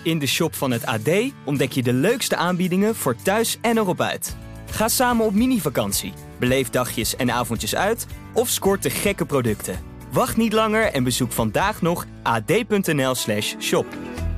In de shop van het AD ontdek je de leukste aanbiedingen voor thuis en erop uit. Ga samen op mini-vakantie, beleef dagjes en avondjes uit of scoort de gekke producten. Wacht niet langer en bezoek vandaag nog ad.nl/shop.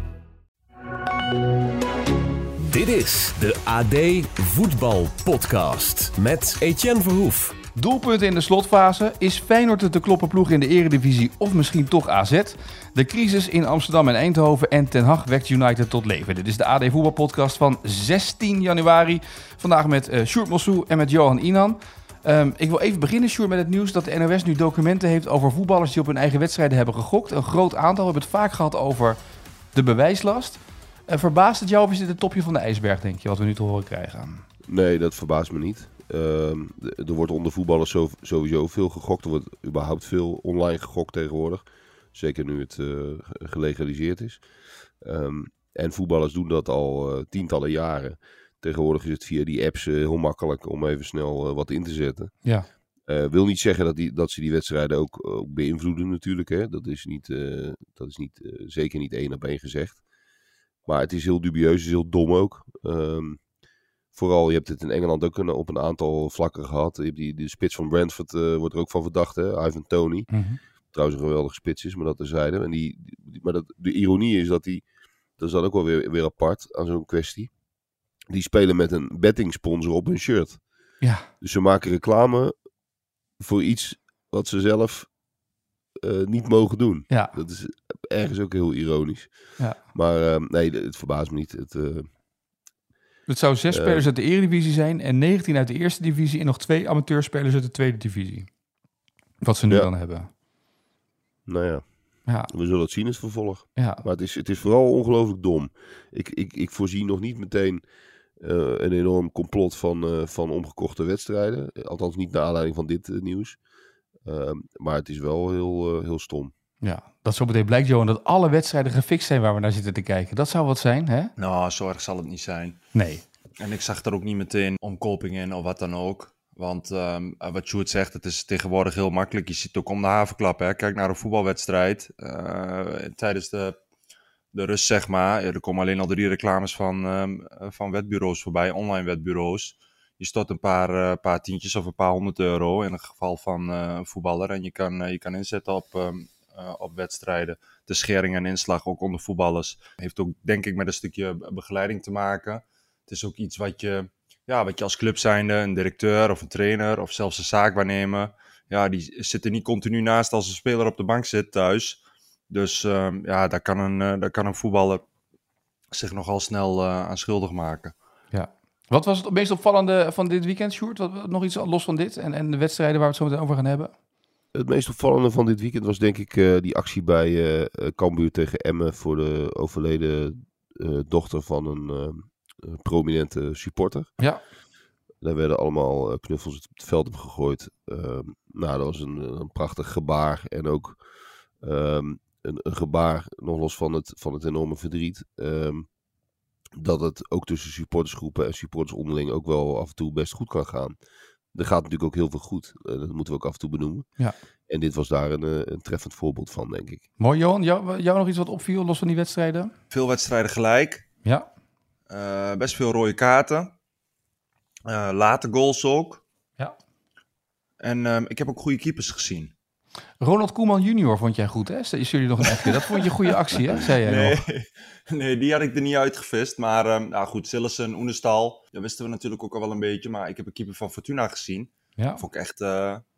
Dit is de AD Voetbal Podcast met Etienne Verhoef. Doelpunten in de slotfase. Is Feyenoord het te kloppen ploeg in de Eredivisie of misschien toch AZ? De crisis in Amsterdam en Eindhoven en Ten Hag wekt United tot leven. Dit is de AD Voetbal Podcast van 16 januari. Vandaag met Sjoerd Mossou en met Johan Inan. Ik wil even beginnen, Sjoerd, met het nieuws dat de NOS nu documenten heeft over voetballers die op hun eigen wedstrijden hebben gegokt. Een groot aantal. We hebben het vaak gehad over de bewijslast. Verbaast het jou of is dit het topje van de ijsberg, denk je, wat we nu te horen krijgen? Nee, dat verbaast me niet. Er wordt onder voetballers sowieso veel gegokt. Er wordt überhaupt veel online gegokt tegenwoordig. Zeker nu het gelegaliseerd is. En voetballers doen dat al tientallen jaren. Tegenwoordig is het via die apps heel makkelijk om even snel wat in te zetten. Ja. Wil niet zeggen dat ze die wedstrijden ook beïnvloeden natuurlijk. Hè. Dat is zeker niet 1 op 1 gezegd. Maar het is heel dubieus, het is heel dom ook. Vooral, je hebt het in Engeland ook op een aantal vlakken gehad. Je hebt de spits van Brentford wordt er ook van verdacht, hè? Ivan Toney. Mm-hmm. Trouwens een geweldige spits is, maar dat terzijde. En de ironie is dat dat is dan ook wel weer apart aan zo'n kwestie. Die spelen met een betting sponsor op hun shirt. Ja. Dus ze maken reclame voor iets wat ze zelf niet mogen doen. Ja. Dat is ergens ook heel ironisch. Ja. Maar nee, het verbaast me niet. Het zou 6 spelers uit de Eredivisie zijn en 19 uit de Eerste Divisie en nog 2 amateurspelers uit de Tweede Divisie. Wat ze nu dan hebben. Nou ja. Ja. We zullen het zien, het vervolg. Ja. Maar het is vooral ongelooflijk dom. Ik voorzie nog niet meteen een enorm complot van omgekochte wedstrijden. Althans niet naar aanleiding van dit nieuws. Maar het is wel heel stom. Ja, dat zo meteen blijkt, Johan, dat alle wedstrijden gefixt zijn waar we naar zitten te kijken. Dat zou wat zijn, hè? Nou, zo erg zal het niet zijn. Nee. En ik zag er ook niet meteen omkopingen in of wat dan ook. Want wat Sjoerd zegt, het is tegenwoordig heel makkelijk. Je ziet het ook om de haverklap, hè. Kijk naar een voetbalwedstrijd. Tijdens de rust, zeg maar. Er komen alleen al 3 reclames van wetbureaus voorbij, online wetbureaus. Je stort een paar tientjes of een paar €100 in het geval van een voetballer. En je kan inzetten op wedstrijden. De schering en inslag ook onder voetballers. Heeft ook, denk ik, met een stukje begeleiding te maken. Het is ook iets wat je als club zijnde, een directeur of een trainer of zelfs een zaakwaarnemer, ja, die zit er niet continu naast als een speler op de bank zit thuis. Dus daar kan een voetballer zich nogal snel aan schuldig maken. Ja. Wat was het meest opvallende van dit weekend, Sjoerd? Nog iets los van dit en de wedstrijden waar we het zo meteen over gaan hebben? Het meest opvallende van dit weekend was denk ik die actie bij Cambuur tegen Emmen voor de overleden dochter van een prominente supporter. Ja. Daar werden allemaal knuffels het veld op gegooid. Dat was een prachtig gebaar. En ook een gebaar, nog los van het enorme verdriet. Dat het ook tussen supportersgroepen en supporters onderling ook wel af en toe best goed kan gaan. Er gaat natuurlijk ook heel veel goed. Dat moeten we ook af en toe benoemen. Ja. En dit was daar een treffend voorbeeld van, denk ik. Mooi, Johan. Jou nog iets wat opviel, los van die wedstrijden? Veel wedstrijden gelijk. Ja. Best veel rode kaarten. Late goals ook. Ja. En ik heb ook goede keepers gezien. Ronald Koeman junior vond jij goed, hè? Is jullie nog een echte? Dat vond je een goede actie, hè? Zei jij nog. Nee, die had ik er niet uitgevist. Maar goed, Sillissen, Oenestal, dat wisten we natuurlijk ook al wel een beetje. Maar ik heb een keeper van Fortuna gezien. Ja. Dat vond ik echt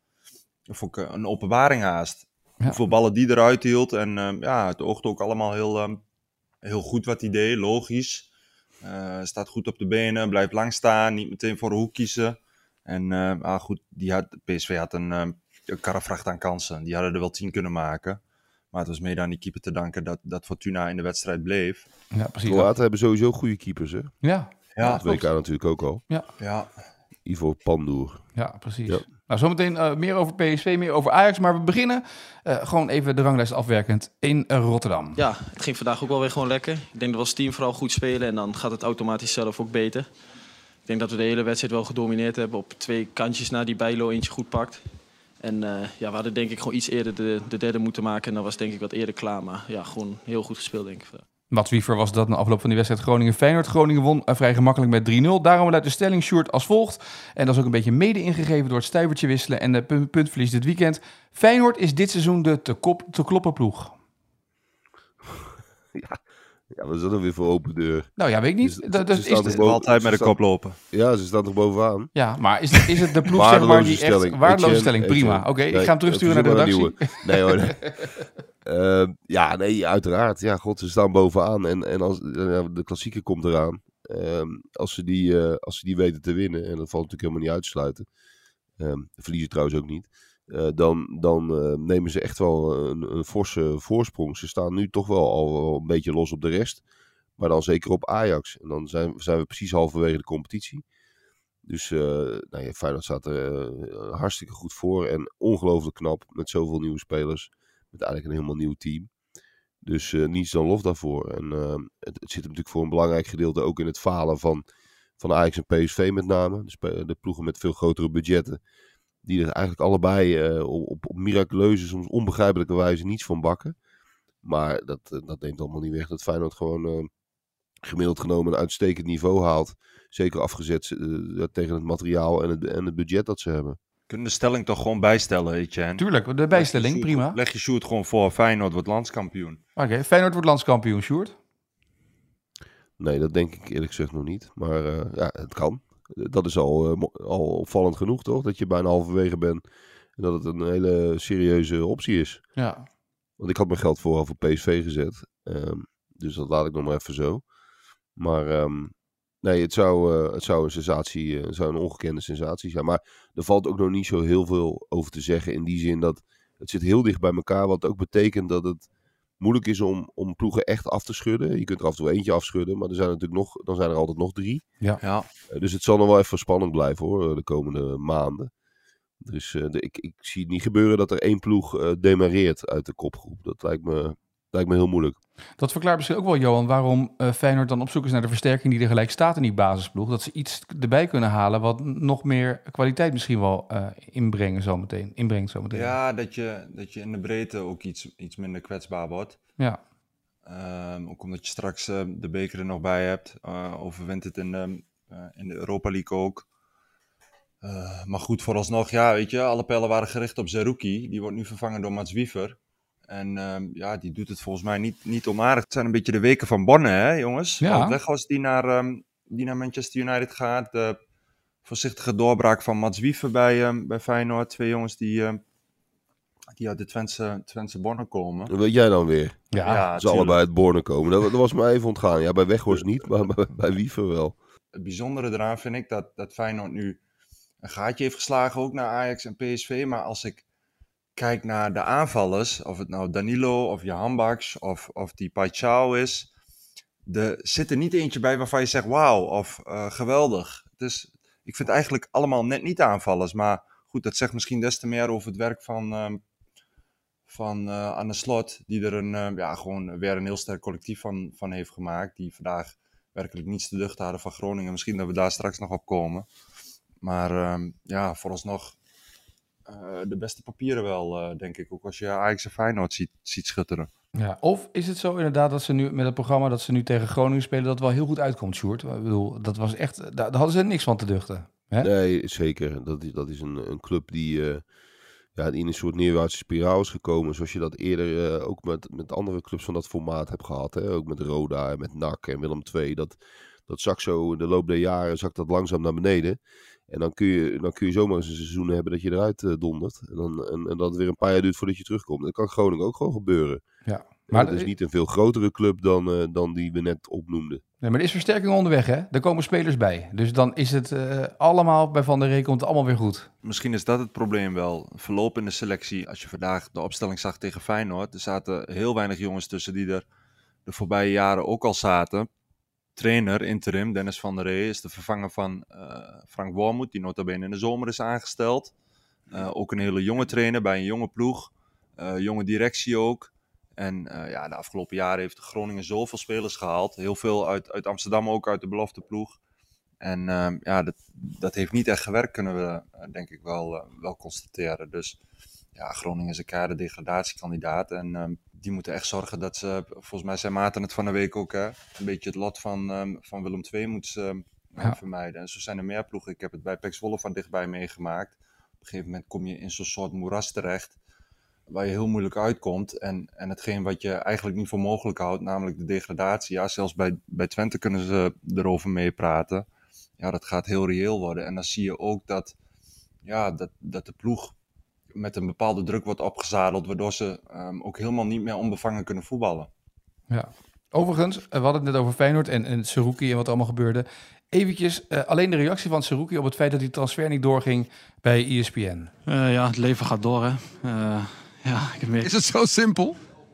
een openbaring haast. Ja. Hoeveel ballen die eruit hield. En het oogde ook allemaal heel goed wat hij deed, logisch. Staat goed op de benen, blijft lang staan, niet meteen voor de hoek kiezen. En goed, PSV had een karrevracht aan kansen. Die hadden er wel 10 kunnen maken. Maar het was mede aan die keeper te danken dat Fortuna in de wedstrijd bleef. Ja, precies. Kroaten hebben sowieso goede keepers, hè? Ja. Dat WK natuurlijk ook al. Ja. Ivo Pandoer. Ja, precies. Ja. Nou, zometeen meer over PSV, meer over Ajax. Maar we beginnen gewoon even de ranglijst afwerkend in Rotterdam. Ja, het ging vandaag ook wel weer gewoon lekker. Ik denk dat we als team vooral goed spelen en dan gaat het automatisch zelf ook beter. Ik denk dat we de hele wedstrijd wel gedomineerd hebben op 2 kantjes na die Bijlo eentje goed pakt. En we hadden denk ik gewoon iets eerder de derde moeten maken en dan was denk ik wat eerder klaar. Maar ja, gewoon heel goed gespeeld denk ik. Mats Wiever was dat na afloop van die wedstrijd Groningen-Feyenoord. Groningen won vrij gemakkelijk met 3-0. Daarom luidt de stelling Sjoerd als volgt. En dat is ook een beetje mede ingegeven door het stuivertje wisselen en de puntverlies dit weekend. Feyenoord is dit seizoen de te kloppen ploeg. Ja, wat is dat dan weer voor open deur? Nou ja, weet ik niet. Ze altijd met de kop lopen. Ja, ze staan toch bovenaan? Ja, maar is het de ploeg zeg maar, die echt... Waardeloze stelling, prima. Oké, ik ga hem terugsturen naar de redactie. Nee hoor, nee. Nee, uiteraard. Ja, god, ze staan bovenaan. En als de klassieker komt eraan. Als ze die weten te winnen, en dat valt natuurlijk helemaal niet uit te sluiten. Verliezen trouwens ook niet. Dan nemen ze echt wel een forse voorsprong. Ze staan nu toch al een beetje los op de rest. Maar dan zeker op Ajax. En dan zijn we precies halverwege de competitie. Dus Feyenoord staat er hartstikke goed voor. En ongelooflijk knap met zoveel nieuwe spelers. Met eigenlijk een helemaal nieuw team. Dus niets dan lof daarvoor. En het zit natuurlijk voor een belangrijk gedeelte ook in het falen van Ajax en PSV met name. De ploegen met veel grotere budgetten. Die er eigenlijk allebei op miraculeuze, soms onbegrijpelijke wijze niets van bakken. Maar dat neemt allemaal niet weg dat Feyenoord gewoon gemiddeld genomen een uitstekend niveau haalt. Zeker afgezet tegen het materiaal en het budget dat ze hebben. Kunnen de stelling toch gewoon bijstellen, Etienne? Tuurlijk, de bijstelling, prima. Leg je Sjoerd gewoon voor, Feyenoord wordt landskampioen. Oké, Feyenoord wordt landskampioen, Sjoerd? Nee, dat denk ik eerlijk gezegd nog niet. Maar het kan. Dat is al opvallend genoeg, toch? Dat je bijna halverwege bent en dat het een hele serieuze optie is. Ja. Want ik had mijn geld vooral voor PSV gezet. Dus dat laat ik nog maar even zo. Maar nee, het zou een sensatie, het zou een ongekende sensatie zijn. Maar er valt ook nog niet zo heel veel over te zeggen. In die zin dat het zit heel dicht bij elkaar. Wat ook betekent dat het moeilijk is om ploegen echt af te schudden. Je kunt er af en toe eentje afschudden, maar dan zijn er altijd nog 3. Ja. Dus het zal nog wel even spannend blijven hoor, de komende maanden. Dus ik zie het niet gebeuren dat er 1 ploeg demareert uit de kopgroep. Dat lijkt me heel moeilijk. Dat verklaart misschien ook wel, Johan, waarom Feyenoord dan op zoek is naar de versterking die er gelijk staat in die basisploeg. Dat ze iets erbij kunnen halen wat nog meer kwaliteit misschien wel inbrengt zometeen. Ja, dat je in de breedte ook iets minder kwetsbaar wordt. Ja. Ook omdat je straks de beker er nog bij hebt. Overwint het in de Europa League ook. Maar goed, vooralsnog, ja, weet je, alle pijlen waren gericht op Zerouki. Die wordt nu vervangen door Mats Wiever. En die doet het volgens mij niet onaardig. Het zijn een beetje de weken van Bonne, hè, jongens? Ja. Weghorst die naar Manchester United gaat. De voorzichtige doorbraak van Mats Wiever bij Feyenoord. 2 jongens die uit de Twentse Bonne komen. Dat weet jij dan weer. Ja, Ze allebei uit Borne komen. Dat was me even ontgaan. Ja, bij Weghorst niet, maar bij Wiever wel. Het bijzondere eraan vind ik dat Feyenoord nu een gaatje heeft geslagen. Ook naar Ajax en PSV. Maar als ik kijk naar de aanvallers, of het nou Danilo of Jahan Baks of die Paixão is, er zit er niet eentje bij waarvan je zegt wauw of geweldig. Dus ik vind eigenlijk allemaal net niet aanvallers, maar goed, dat zegt misschien des te meer over het werk van Arne Slot, die er gewoon weer een heel sterk collectief van heeft gemaakt, die vandaag werkelijk niets te duchten hadden van Groningen. Misschien dat we daar straks nog op komen. Maar vooralsnog de beste papieren wel, denk ik. Ook als je Ajax en Feyenoord ziet schutteren. Ja, of is het zo inderdaad dat ze nu met het programma dat ze nu tegen Groningen spelen, dat wel heel goed uitkomt, Sjoerd? Ik bedoel, dat was echt, daar hadden ze niks van te duchten. Hè? Nee, zeker. Dat is een club die in een soort neerwaartse spiraal is gekomen. Zoals je dat eerder ook met andere clubs van dat formaat hebt gehad. Hè? Ook met Roda en met NAC en Willem II. Dat zakt zo in de loop der jaren dat langzaam naar beneden. En dan kun je zomaar eens een seizoen hebben dat je eruit dondert. En dat het weer een paar jaar duurt voordat je terugkomt. Dat kan Groningen ook gewoon gebeuren. Ja. Maar het is niet een veel grotere club dan die we net opnoemden. Nee, maar er is versterking onderweg, hè? Er komen spelers bij. Dus dan is het allemaal bij Van der Ree komt het allemaal weer goed. Misschien is dat het probleem wel. Verloop in de selectie. Als je vandaag de opstelling zag tegen Feyenoord, er zaten heel weinig jongens tussen die er de voorbije jaren ook al zaten. Trainer, interim, Dennis van der Ree, is de vervanger van Frank Wormoed, die nota bene in de zomer is aangesteld. Ook een hele jonge trainer bij een jonge ploeg. Jonge directie ook. En de afgelopen jaren heeft Groningen zoveel spelers gehaald. Heel veel uit Amsterdam ook, uit de belofte ploeg. En dat heeft niet echt gewerkt, kunnen we denk ik wel constateren. Dus ja, Groningen is een keiharde degradatiekandidaat. En die moeten echt zorgen dat ze, volgens mij zei Maarten het van de week ook, hè, een beetje het lot van Willem II moeten ze vermijden. En zo zijn er meer ploegen. Ik heb het bij PEC Zwolle van dichtbij meegemaakt. Op een gegeven moment kom je in zo'n soort moeras terecht, waar je heel moeilijk uitkomt. En hetgeen wat je eigenlijk niet voor mogelijk houdt, namelijk de degradatie. Ja, zelfs bij Twente kunnen ze erover meepraten. Ja, dat gaat heel reëel worden. En dan zie je ook dat de ploeg met een bepaalde druk wordt opgezadeld, waardoor ze ook helemaal niet meer onbevangen kunnen voetballen. Ja. Overigens, we hadden het net over Feyenoord en Seruki en wat allemaal gebeurde. Eventjes, alleen de reactie van Seruki op het feit dat die transfer niet doorging bij ESPN. Het leven gaat door, hè. Is het zo simpel?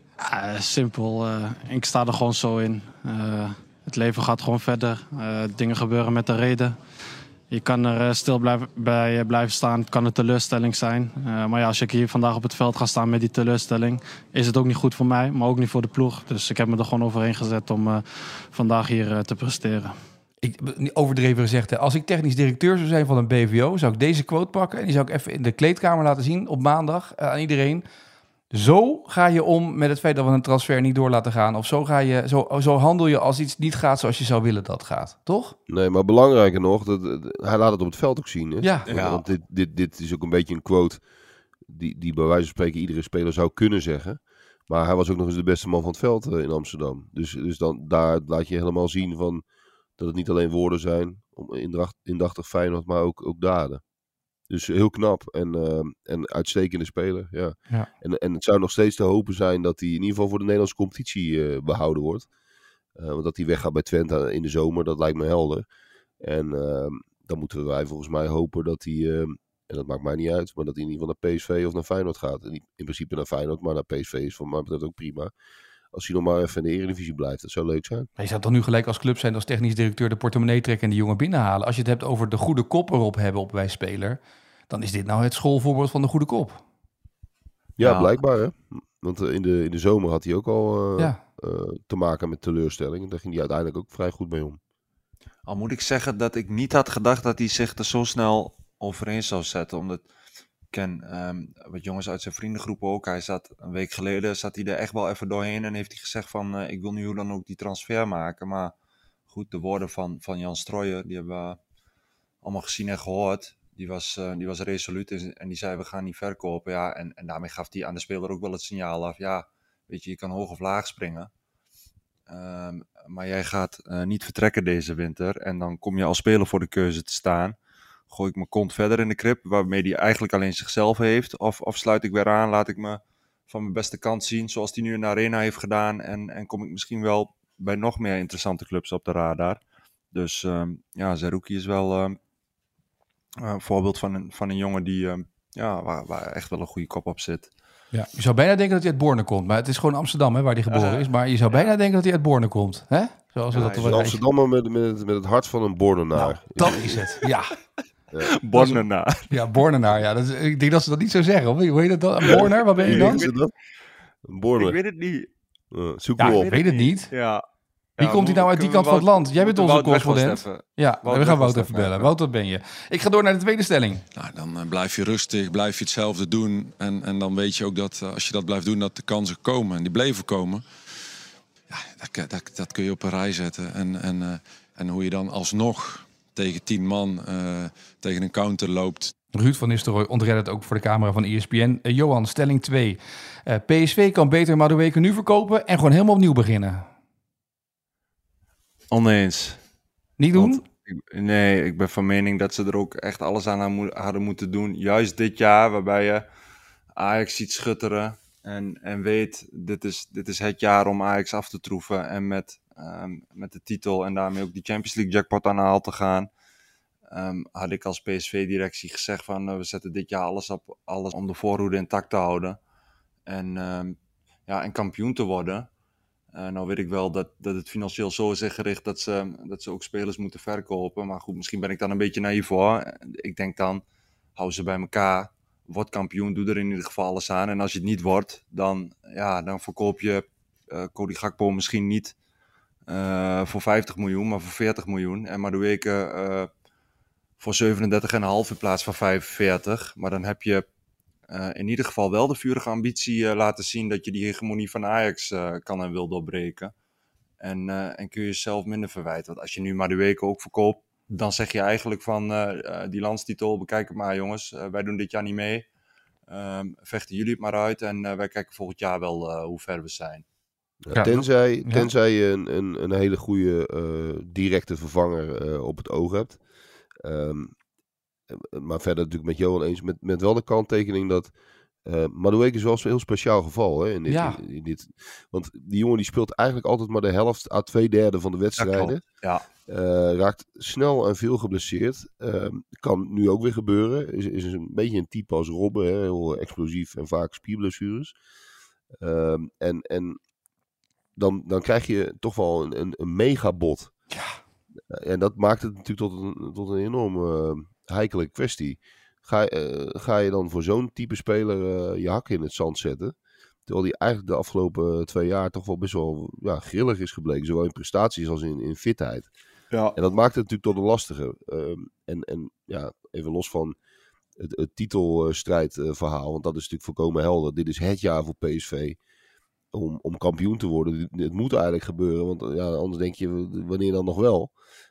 Simpel. Ik sta er gewoon zo in. Het leven gaat gewoon verder. Dingen gebeuren met de reden. Je kan er stil blijven staan. Het kan een teleurstelling zijn. Maar ja, als ik hier vandaag op het veld ga staan met die teleurstelling, is het ook niet goed voor mij, maar ook niet voor de ploeg. Dus ik heb me er gewoon overheen gezet om vandaag hier te presteren. Overdreven gezegd, hè. Als ik technisch directeur zou zijn van een BVO, zou ik deze quote pakken en die zou ik even in de kleedkamer laten zien op maandag aan iedereen. Zo ga je om met het feit dat we een transfer niet door laten gaan. Of zo handel je als iets niet gaat zoals je zou willen dat gaat. Toch? Nee, maar belangrijker nog, hij laat het op het veld ook zien. Hè? Ja. Want dit is ook een beetje een quote die bij wijze van spreken iedere speler zou kunnen zeggen. Maar hij was ook nog eens de beste man van het veld in Amsterdam. Dus dan, daar laat je helemaal zien van dat het niet alleen woorden zijn, indachtig Feyenoord, maar ook daden. Dus heel knap en uitstekende speler. Ja. Ja. En het zou nog steeds te hopen zijn dat hij in ieder geval voor de Nederlandse competitie behouden wordt. Want dat hij weggaat bij Twente in de zomer, dat lijkt me helder. En dan moeten wij volgens mij hopen dat hij, en dat maakt mij niet uit, maar dat hij in ieder geval naar PSV of naar Feyenoord gaat. En niet in principe naar Feyenoord, maar naar PSV is voor mij betreft ook prima. Als hij nog maar even in de Eredivisie blijft, dat zou leuk zijn. Maar je zou toch nu gelijk als club zijn, als technisch directeur, de portemonnee trekken en die jongen binnenhalen. Als je het hebt over de goede kop erop hebben op wij speler, dan is dit nou het schoolvoorbeeld van de goede kop. Ja, blijkbaar hè. Want in de zomer had hij ook al te maken met teleurstelling. En daar ging hij uiteindelijk ook vrij goed mee om. Al moet ik zeggen dat ik niet had gedacht dat hij zich er zo snel overheen zou zetten. Omdat ik ken wat jongens uit zijn vriendengroep ook. Een week geleden zat hij er echt wel even doorheen en heeft hij gezegd van ik wil nu dan ook die transfer maken. Maar goed, de woorden van Jan Strooijer, die hebben we allemaal gezien en gehoord. Die was resoluut en die zei we gaan niet verkopen. Ja, en daarmee gaf hij aan de speler ook wel het signaal af. Ja, weet je kan hoog of laag springen. Maar jij gaat niet vertrekken deze winter. En dan kom je als speler voor de keuze te staan. Gooi ik mijn kont verder in de krip, waarmee hij eigenlijk alleen zichzelf heeft. Of sluit ik weer aan, laat ik me van mijn beste kant zien, zoals hij nu in de Arena heeft gedaan. En kom ik misschien wel bij nog meer interessante clubs op de radar. Dus Seruki is wel een voorbeeld van een jongen die waar echt wel een goede kop op zit. Ja, je zou bijna denken dat hij uit Borne komt. Maar het is gewoon Amsterdam, hè, waar hij geboren is. Maar je zou bijna denken dat hij uit Borne komt. Hè? Zoals we dat een Amsterdammer met het hart van een Bornenaar. Nou, dat is het, ja. Bornenaar. Ja, Bornenaar. Ja. Ik denk dat ze dat niet zo zeggen. Hoe heet het dan? Een Borner? Wat ben je dan? Een Borner. Ik weet het niet. Zoek me op. Ik weet het niet. Ja. Wie komt hij nou uit die kant van het land? Jij bent onze correspondent. Ja, we gaan Wout even bellen. Wout, wat ben je? Ik ga door naar de tweede stelling. Nou, dan blijf je rustig, blijf je hetzelfde doen. En dan weet je ook dat als je dat blijft doen, dat de kansen komen. En die bleven komen. Ja, dat kun je op een rij zetten. En hoe je dan alsnog tegen 10 man tegen een counter loopt. Ruud van Nistelrooy ontredt het ook voor de camera van ESPN. Johan, stelling 2. PSV kan beter Madueke nu verkopen en gewoon helemaal opnieuw beginnen. Oneens. Niet doen? Ik ben van mening dat ze er ook echt alles aan hadden moeten doen. Juist dit jaar, waarbij je Ajax ziet schutteren en weet, dit is het jaar om Ajax af te troeven. En met de titel en daarmee ook die Champions League jackpot aan de haal te gaan. Had ik als PSV-directie gezegd van we zetten dit jaar alles om de voorhoede intact te houden. En kampioen te worden. Nou weet ik wel dat het financieel zo is gericht dat ze ook spelers moeten verkopen. Maar goed, misschien ben ik dan een beetje naïef hoor. Ik denk dan, hou ze bij elkaar. Word kampioen, doe er in ieder geval alles aan. En als je het niet wordt, dan verkoop je Cody Gakpo misschien niet voor 50 miljoen, maar voor 40 miljoen. En Madueke voor 37,5 in plaats van 45. Maar dan heb je in ieder geval wel de vurige ambitie laten zien dat je die hegemonie van Ajax kan en wil doorbreken. En kun je jezelf minder verwijten. Want als je nu Madueke ook verkoopt, dan zeg je eigenlijk van die landstitel, bekijk het maar jongens, wij doen dit jaar niet mee. Vechten jullie het maar uit en wij kijken volgend jaar wel hoe ver we zijn. Ja, tenzij je een hele goede directe vervanger op het oog hebt. Maar verder natuurlijk met Johan eens. Met wel de kanttekening dat Madueke is wel een heel speciaal geval. Hè, in dit. Want die jongen die speelt eigenlijk altijd maar de helft à 2/3 van de wedstrijden. Ja. Raakt snel en veel geblesseerd. Kan nu ook weer gebeuren. Is een beetje een type als Robben. Hè, heel explosief en vaak spierblessures. En dan krijg je toch wel een megabot. Ja. En dat maakt het natuurlijk tot een enorm heikele kwestie. Ga je dan voor zo'n type speler je hak in het zand zetten? Terwijl die eigenlijk de afgelopen 2 jaar toch wel best wel grillig is gebleken. Zowel in prestaties als in fitheid. Ja. En dat maakt het natuurlijk tot een lastige. En even los van het titelstrijdverhaal. Want dat is natuurlijk volkomen helder. Dit is het jaar voor PSV. Om kampioen te worden. Het moet eigenlijk gebeuren. Want anders denk je, wanneer dan nog wel?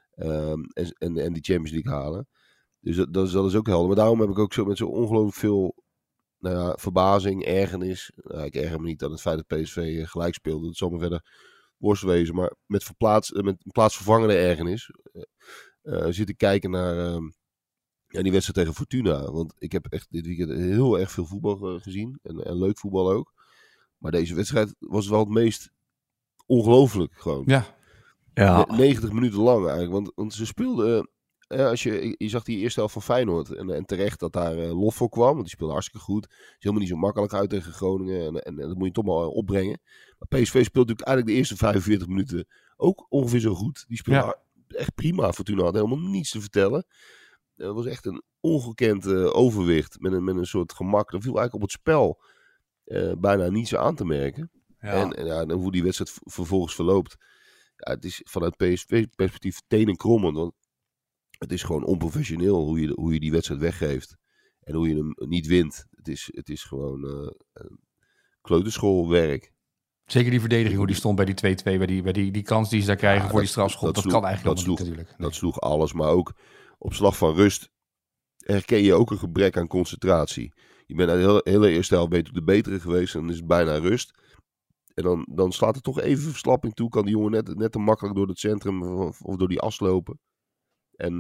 En die Champions League halen. Dus dat is ook helder. Maar daarom heb ik ook met zo ongelooflijk veel verbazing, ergernis. Ik erger me niet aan het feit dat PSV gelijk speelde. Dat zal me verder worst wezen. Maar met plaatsvervangende ergernis zit ik kijken naar die wedstrijd tegen Fortuna. Want ik heb echt dit weekend heel erg veel voetbal gezien. En leuk voetbal ook. Maar deze wedstrijd was wel het meest ongelooflijk gewoon. Ja. 90 minuten lang eigenlijk. Want ze speelden... je zag die eerste helft van Feyenoord. En terecht dat daar lof voor kwam. Want die speelde hartstikke goed. Is helemaal niet zo makkelijk uit tegen Groningen. En dat moet je toch maar opbrengen. Maar PSV speelt natuurlijk eigenlijk de eerste 45 minuten ook ongeveer zo goed. Die speelde echt prima. Fortuna had helemaal niets te vertellen. Het was echt een ongekend overwicht. Met een soort gemak. Dat viel eigenlijk op het spel bijna niets aan te merken. Ja. En hoe die wedstrijd vervolgens verloopt. Ja, het is vanuit PSV-perspectief tenenkrommend. Want het is gewoon onprofessioneel hoe je die wedstrijd weggeeft. En hoe je hem niet wint. Het is gewoon kleuterschoolwerk. Zeker die verdediging, hoe die stond bij die 2-2. Bij die kans die ze daar krijgen voor die strafschop. Dat kan eigenlijk niet natuurlijk. Nee. Dat sloeg alles. Maar ook op slag van rust herken je ook een gebrek aan concentratie. Je bent de hele eerste helft de betere geweest. En dan is het bijna rust. En dan slaat er toch even verslapping toe. Kan die jongen net te makkelijk door het centrum of door die as lopen. En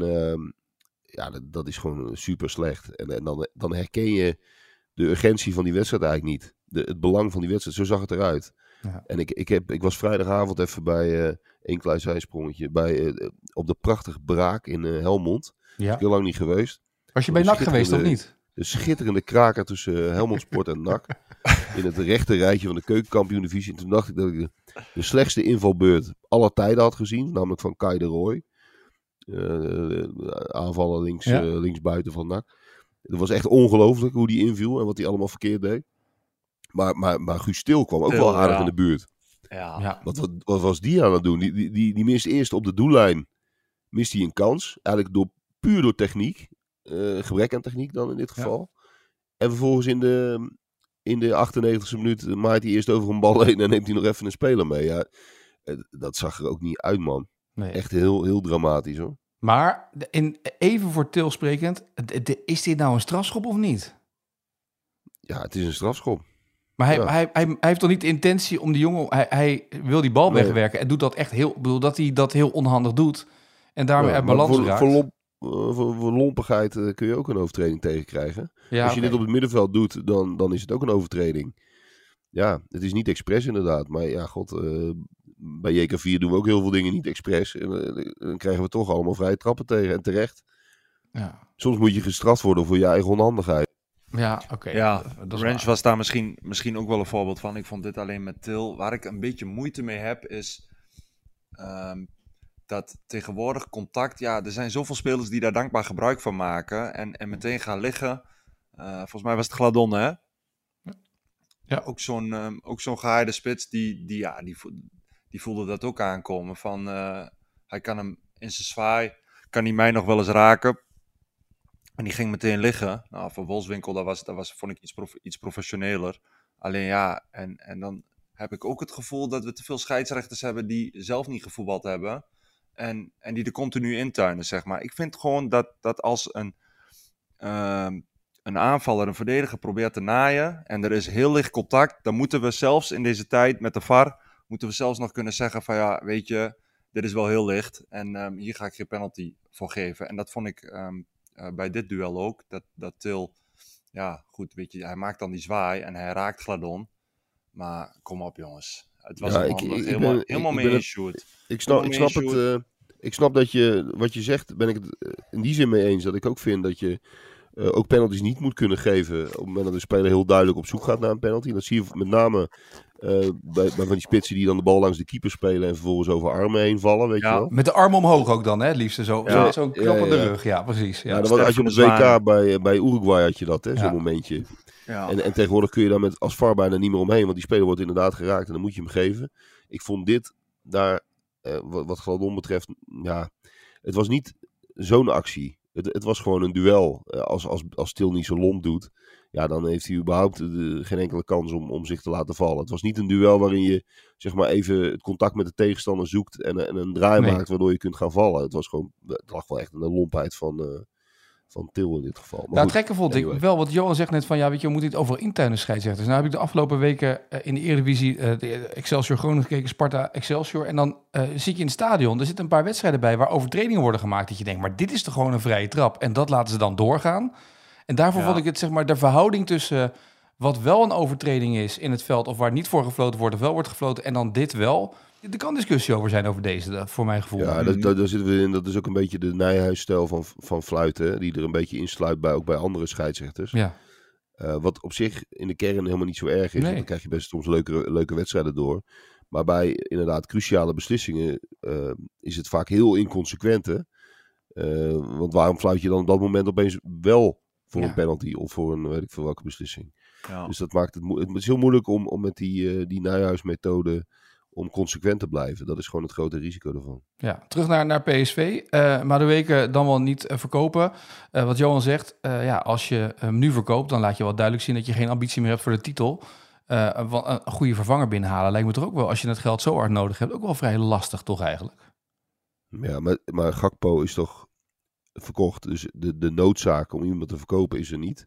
dat is gewoon super slecht. En dan herken je de urgentie van die wedstrijd eigenlijk niet. Het belang van die wedstrijd, zo zag het eruit. Ja. En ik was vrijdagavond even bij een klein zijsprongetje. Op de prachtige Braak in Helmond. Ja. Heel lang niet geweest. Was je bij NAC geweest of niet? De schitterende kraker tussen Helmond Sport en NAC. In het rechte rijtje van de keukenkampioen-divisie. En toen dacht ik dat ik de slechtste invalbeurt aller tijden had gezien. Namelijk van Kai de Roy. Aanvallen linksbuiten van NAC. Het was echt ongelooflijk hoe die inviel en wat hij allemaal verkeerd deed. Maar Guus Til kwam ook wel aardig in de buurt. Ja. Wat was die aan het doen? Die mist eerst op de doellijn mist hij een kans. Eigenlijk puur door techniek. Gebrek aan techniek dan in dit geval. Ja. En vervolgens in de 98e minuut maait hij eerst over een bal heen en neemt hij nog even een speler mee. Ja, dat zag er ook niet uit, man. Nee. Echt heel, heel dramatisch, hoor. Maar even voor Til sprekend, is dit nou een strafschop of niet? Ja, het is een strafschop. Maar hij heeft toch niet de intentie om die jongen... Hij wil die bal wegwerken en doet dat echt heel... Ik bedoel, dat hij dat heel onhandig doet en daarmee uit balans raakt. Voor lompigheid kun je ook een overtreding tegenkrijgen. Ja, als je dit op het middenveld doet, dan is het ook een overtreding. Ja, het is niet expres inderdaad. Maar ja, bij JK4 doen we ook heel veel dingen niet expres. En dan krijgen we toch allemaal vrije trappen tegen. En terecht. Ja. Soms moet je gestraft worden voor je eigen onhandigheid. Ja, oké. Ja, Ranch was daar misschien ook wel een voorbeeld van. Ik vond dit alleen met Til. Waar ik een beetje moeite mee heb, is dat tegenwoordig contact... Ja, er zijn zoveel spelers die daar dankbaar gebruik van maken. En meteen gaan liggen. Volgens mij was het Gladon, hè? Ja. Ook zo'n gehaaide spits, die voelde dat ook aankomen. Van, hij kan hem in zijn zwaai, kan hij mij nog wel eens raken. En die ging meteen liggen. Nou, voor Wolfswinkel, vond ik iets professioneler. Alleen ja, en dan heb ik ook het gevoel dat we te veel scheidsrechters hebben die zelf niet gevoetbald hebben. En die er continu intuinen, zeg maar. Ik vind gewoon dat als een aanvaller, een verdediger probeert te naaien en er is heel licht contact, dan moeten we zelfs in deze tijd met de VAR, moeten we zelfs nog kunnen zeggen van ja, weet je, dit is wel heel licht en hier ga ik geen penalty voor geven. En dat vond ik bij dit duel ook, dat Til, ja goed, weet je, hij maakt dan die zwaai en hij raakt Gladon. Maar kom op jongens, het was helemaal mee eens, Sjoerd. Ik snap dat je, wat je zegt, ben ik het in die zin mee eens. Dat ik ook vind dat je ook penalties niet moet kunnen geven op het moment dat de speler heel duidelijk op zoek gaat naar een penalty. Dat zie je met name bij van die spitsen die dan de bal langs de keeper spelen en vervolgens over armen heen vallen, weet je wel. Met de arm omhoog ook dan, hè? Het liefste zo'n knop op de rug. Ja, precies. Ja. Dat had je op het WK bij Uruguay had je dat, hè? Zo'n momentje. Ja. En tegenwoordig kun je daar met als VAR bijna niet meer omheen, want die speler wordt inderdaad geraakt en dan moet je hem geven. Ik vond dit daar, wat Gladon betreft, ja, het was niet zo'n actie. Het was gewoon een duel. Als Til niet zo lomp doet, ja, dan heeft hij überhaupt geen enkele kans om zich te laten vallen. Het was niet een duel waarin je zeg maar even het contact met de tegenstander zoekt en een draai maakt waardoor je kunt gaan vallen. Het lag wel echt een lompheid van Til in dit geval. Maar het gekke vond ik wel, wat Johan zegt net van, ja, weet je, we moeten niet overal intuinen scheidsrechters. Nou heb ik de afgelopen weken in de Eredivisie de Excelsior Groningen gekeken, Sparta Excelsior. En dan zit je in het stadion, er zitten een paar wedstrijden bij waar overtredingen worden gemaakt. Dat je denkt, maar dit is toch gewoon een vrije trap. En dat laten ze dan doorgaan. En daarvoor vond ik het, zeg maar, de verhouding tussen wat wel een overtreding is in het veld, of waar niet voor gefloten wordt, of wel wordt gefloten, en dan dit wel. Er kan discussie over zijn over deze, voor mijn gevoel. Ja, daar zitten we in. Dat is ook een beetje de Nijhuis-stijl van fluiten, hè, die er een beetje insluit ook bij andere scheidsrechters. Ja. Wat op zich in de kern helemaal niet zo erg is. Nee. Dan krijg je best soms leuke wedstrijden door. Maar bij inderdaad cruciale beslissingen is het vaak heel inconsequent. Hè? Want waarom fluit je dan op dat moment opeens wel voor een penalty of voor een weet ik veel welke beslissing? Ja. Dus dat maakt het is heel moeilijk om met die Nijhuis-methode om consequent te blijven. Dat is gewoon het grote risico ervan. Ja, terug naar PSV. Madueke dan wel niet verkopen. Wat Johan zegt, als je hem nu verkoopt, dan laat je wel duidelijk zien dat je geen ambitie meer hebt voor de titel. Een goede vervanger binnenhalen lijkt me toch ook wel, als je het geld zo hard nodig hebt, ook wel vrij lastig toch eigenlijk. Ja, maar Gakpo is toch verkocht. Dus de noodzaak om iemand te verkopen is er niet.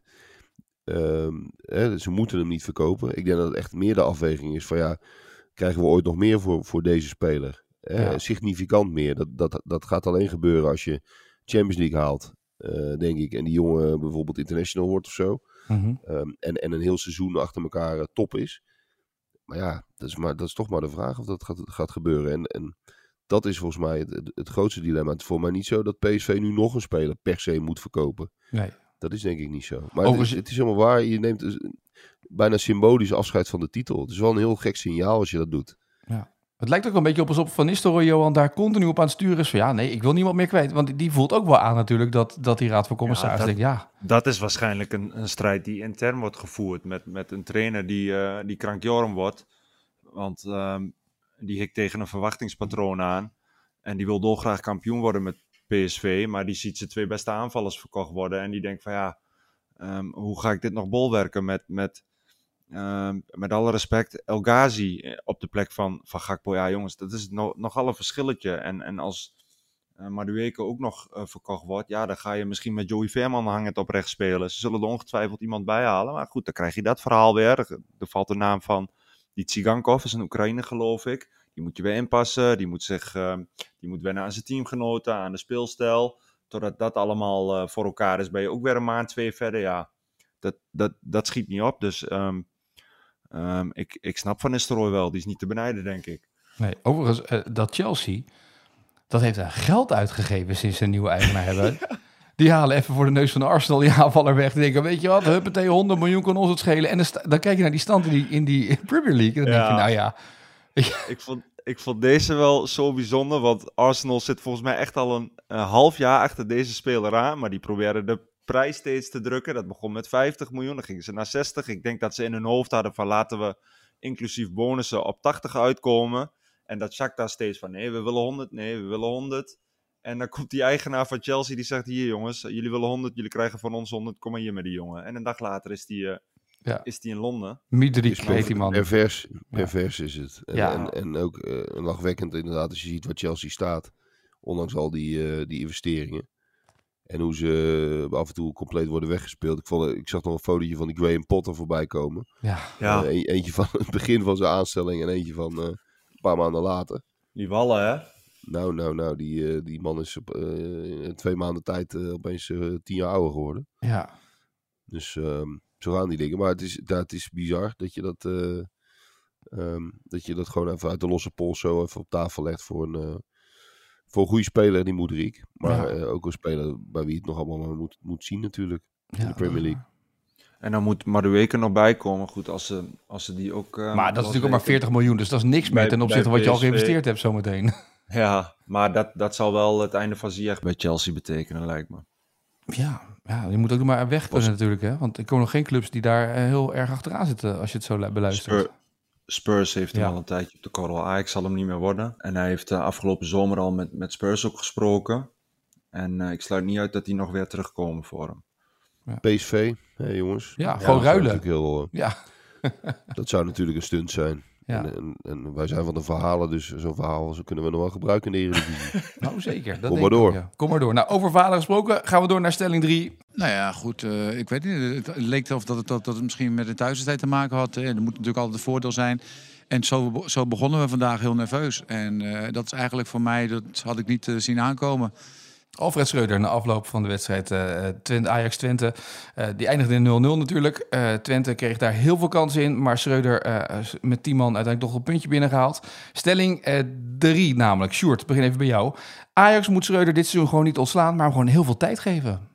Ze moeten hem niet verkopen. Ik denk dat het echt meer de afweging is van ja, krijgen we ooit nog meer voor deze speler? Significant meer. Dat gaat alleen gebeuren als je Champions League haalt, denk ik. En die jongen bijvoorbeeld international wordt of zo. Mm-hmm. En een heel seizoen achter elkaar top is. Maar ja, dat is toch maar de vraag of dat gaat gebeuren. En dat is volgens mij het grootste dilemma. Het is voor mij niet zo dat PSV nu nog een speler per se moet verkopen. Nee. Dat is denk ik niet zo. Maar het is helemaal waar. Je neemt bijna symbolisch afscheid van de titel. Het is wel een heel gek signaal als je dat doet. Ja. Het lijkt ook een beetje op alsof Van Nistelrooy, Johan, daar continu op aan het sturen is van ja, nee, ik wil niemand meer kwijt. Want die voelt ook wel aan natuurlijk dat die raad van commissarissen denkt, dat is waarschijnlijk een strijd die intern wordt gevoerd met een trainer die krankjorum wordt. Want die hikt tegen een verwachtingspatroon aan. En die wil dolgraag kampioen worden met PSV. Maar die ziet zijn 2 beste aanvallers verkocht worden. En die denkt van ja, hoe ga ik dit nog bolwerken met alle respect, El Ghazi op de plek van Gakpo. Ja jongens, dat is nogal een verschilletje. En als Madueke ook nog verkocht wordt, ja, dan ga je misschien met Joey Veerman hangend op rechts spelen. Ze zullen er ongetwijfeld iemand bij halen. Maar goed, dan krijg je dat verhaal weer. Er valt de naam van die Tsigankov, is een Oekraïne geloof ik. Die moet je weer inpassen. Die moet wennen aan zijn teamgenoten, aan de speelstijl. Totdat dat allemaal voor elkaar is, ben je ook weer een maand, 2 verder. Ja, dat schiet niet op. Dus ik snap Van Nistelrooy wel. Die is niet te benijden, denk ik. Nee, overigens, dat Chelsea, dat heeft er geld uitgegeven sinds ze een nieuwe eigenaar hebben. Die halen even voor de neus van de Arsenal die aanvaller weg. Die denken, weet je wat, huppatee, 100 miljoen kan ons het schelen. En dan kijk je naar die stand in die Premier League. En dan denk je, nou ja. Ik vond deze wel zo bijzonder, want Arsenal zit volgens mij echt al een half jaar achter deze speler aan. Maar die proberen de prijs steeds te drukken. Dat begon met 50 miljoen, dan gingen ze naar 60. Ik denk dat ze in hun hoofd hadden van laten we inclusief bonussen op 80 uitkomen. En dat Shakhtar steeds van nee, we willen 100, nee, we willen 100. En dan komt die eigenaar van Chelsea die zegt, hier jongens, jullie willen 100, jullie krijgen van ons 100, kom maar hier met die jongen. En een dag later is die in Londen. Midrik Het is heet die man. Pervers is het. En ook lachwekkend inderdaad als je ziet waar Chelsea staat. Ondanks al die investeringen. En hoe ze af en toe compleet worden weggespeeld. Ik zag nog een fotootje van die Graham Potter voorbij komen. Ja. Eentje van het begin van zijn aanstelling en eentje van een paar maanden later. Die wallen, hè? Nou, die man is in 2 maanden tijd opeens 10 jaar ouder geworden. Ja. Dus zo gaan die dingen. Maar het is bizar dat je dat gewoon even uit de losse pols zo even op tafel legt voor een goede speler, die Mudryk. Maar ook een speler bij wie het nog allemaal moet zien natuurlijk in de Premier League. En dan moet Madueke nog bij komen. Goed, als ze die ook... maar dat is natuurlijk ook maar 40 miljoen. Dus dat is niks meer ten opzichte van wat je al geïnvesteerd hebt zometeen. Ja, maar dat zal wel het einde van Ziyech bij Chelsea betekenen, lijkt me. Ja, je moet ook nog maar weg kunnen natuurlijk. Hè? Want er komen nog geen clubs die daar heel erg achteraan zitten als je het zo beluistert. Spurs heeft hem al een tijdje op de korrel. Ajax zal hem niet meer worden. En hij heeft afgelopen zomer al met Spurs ook gesproken. En ik sluit niet uit dat die nog weer terugkomen voor hem. Ja. PSV, jongens. Ja, gewoon ruilen. Dat zou natuurlijk een stunt zijn. Ja. En wij zijn van de verhalen, dus zo'n verhaal kunnen we nog wel gebruiken in de Eredivisie. Nou zeker. Dat Kom maar door. Kom maar door. Nou, over verhalen gesproken, gaan we door naar stelling 3. Nou ja, goed. Ik weet niet. Het leek of dat het misschien met de thuiswedstrijd te maken had. Er moet natuurlijk altijd een voordeel zijn. En zo begonnen we vandaag heel nerveus. En dat is eigenlijk voor mij, dat had ik niet zien aankomen. Alfred Schreuder na afloop van de wedstrijd Ajax-Twente. Die eindigde in 0-0 natuurlijk. Twente kreeg daar heel veel kansen in. Maar Schreuder met 10 man uiteindelijk toch een puntje binnengehaald. Stelling 3 namelijk. Sjoerd, begin even bij jou. Ajax moet Schreuder dit seizoen gewoon niet ontslaan, maar hem gewoon heel veel tijd geven.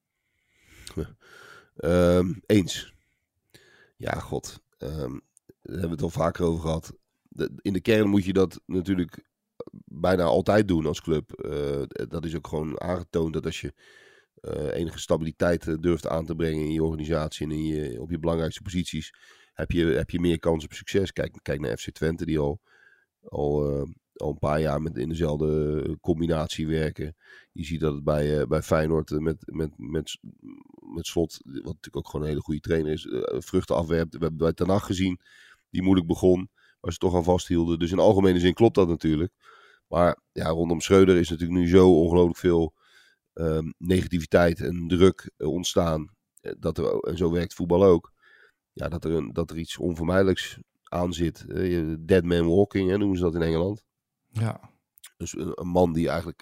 Eens. Ja, god. Daar hebben we het al vaker over gehad. In de kern moet je dat natuurlijk bijna altijd doen als club. Dat is ook gewoon aangetoond dat als je enige stabiliteit durft aan te brengen in je organisatie en op je belangrijkste posities, heb je meer kans op succes. Kijk naar FC Twente, die al een paar jaar in dezelfde combinatie werken. Je ziet dat het bij Feyenoord met Slot, wat natuurlijk ook gewoon een hele goede trainer is, vruchten afwerpt. We hebben bij Ten Hag gezien, die moeilijk begon, waar ze toch aan vasthielden. Dus in algemene zin klopt dat natuurlijk. Maar ja, rondom Schreuder is natuurlijk nu zo ongelooflijk veel negativiteit en druk ontstaan. En zo werkt voetbal ook. Ja, dat er iets onvermijdelijks aan zit. Dead man walking, noemen ze dat in Engeland. Ja. Dus een man die eigenlijk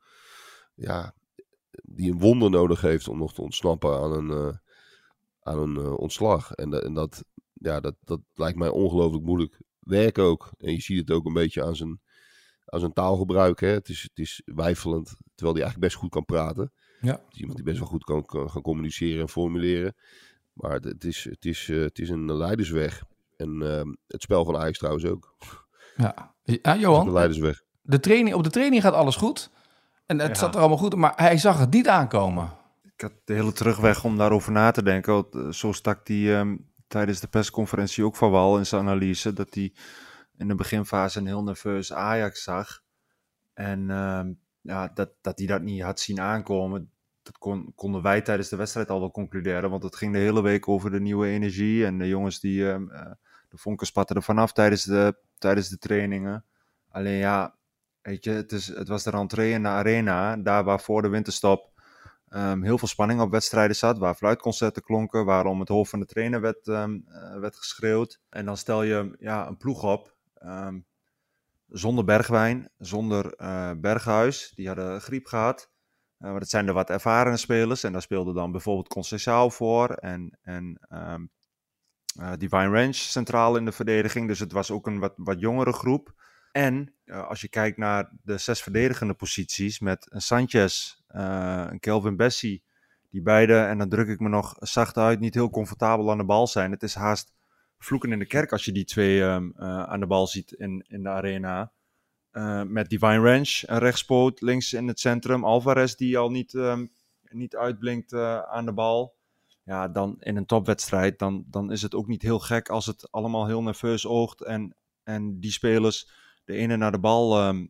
die een wonder nodig heeft om nog te ontsnappen aan een ontslag. En dat lijkt mij ongelooflijk moeilijk werk ook. En je ziet het ook een beetje aan zijn taalgebruik. Hè. Het is weifelend, terwijl hij eigenlijk best goed kan praten. Ja. Het is iemand die best wel goed kan gaan communiceren en formuleren. Maar het is een leidersweg. En het spel van Ajax trouwens ook. Ja, Johan, de leidersweg. Op de training gaat alles goed. En het zat er allemaal goed, maar hij zag het niet aankomen. Ik had de hele terugweg om daarover na te denken. Zo stak hij tijdens de persconferentie ook van wal in zijn analyse. Dat hij in de beginfase een heel nerveus Ajax zag. En dat hij dat niet had zien aankomen. Dat konden wij tijdens de wedstrijd al wel concluderen. Want het ging de hele week over de nieuwe energie. En de jongens die de vonken spatten er vanaf tijdens de trainingen. Alleen ja, weet je, het was de rentree in de arena. Daar waar voor de winterstop heel veel spanning op wedstrijden zat. Waar fluitconcerten klonken. Waar om het hoofd van de trainer werd geschreeuwd. En dan stel je een ploeg op. Zonder Bergwijn. Zonder Berghuis. Die hadden griep gehad. Maar dat zijn de wat ervaren spelers. En daar speelde dan bijvoorbeeld Conceição voor. En Divine Range centraal in de verdediging. Dus het was ook een wat jongere groep. En als je kijkt naar de 6 verdedigende posities. Met een Sanchez, een Kelvin Bessie. Die beide, en dan druk ik me nog zacht uit, niet heel comfortabel aan de bal zijn. Het is haast vloeken in de kerk als je die twee aan de bal ziet in de arena. Met Divine Range, een rechtspoot, links in het centrum. Alvarez die al niet uitblinkt aan de bal. Ja, dan in een topwedstrijd, dan is het ook niet heel gek als het allemaal heel nerveus oogt. En die spelers de ene naar de bal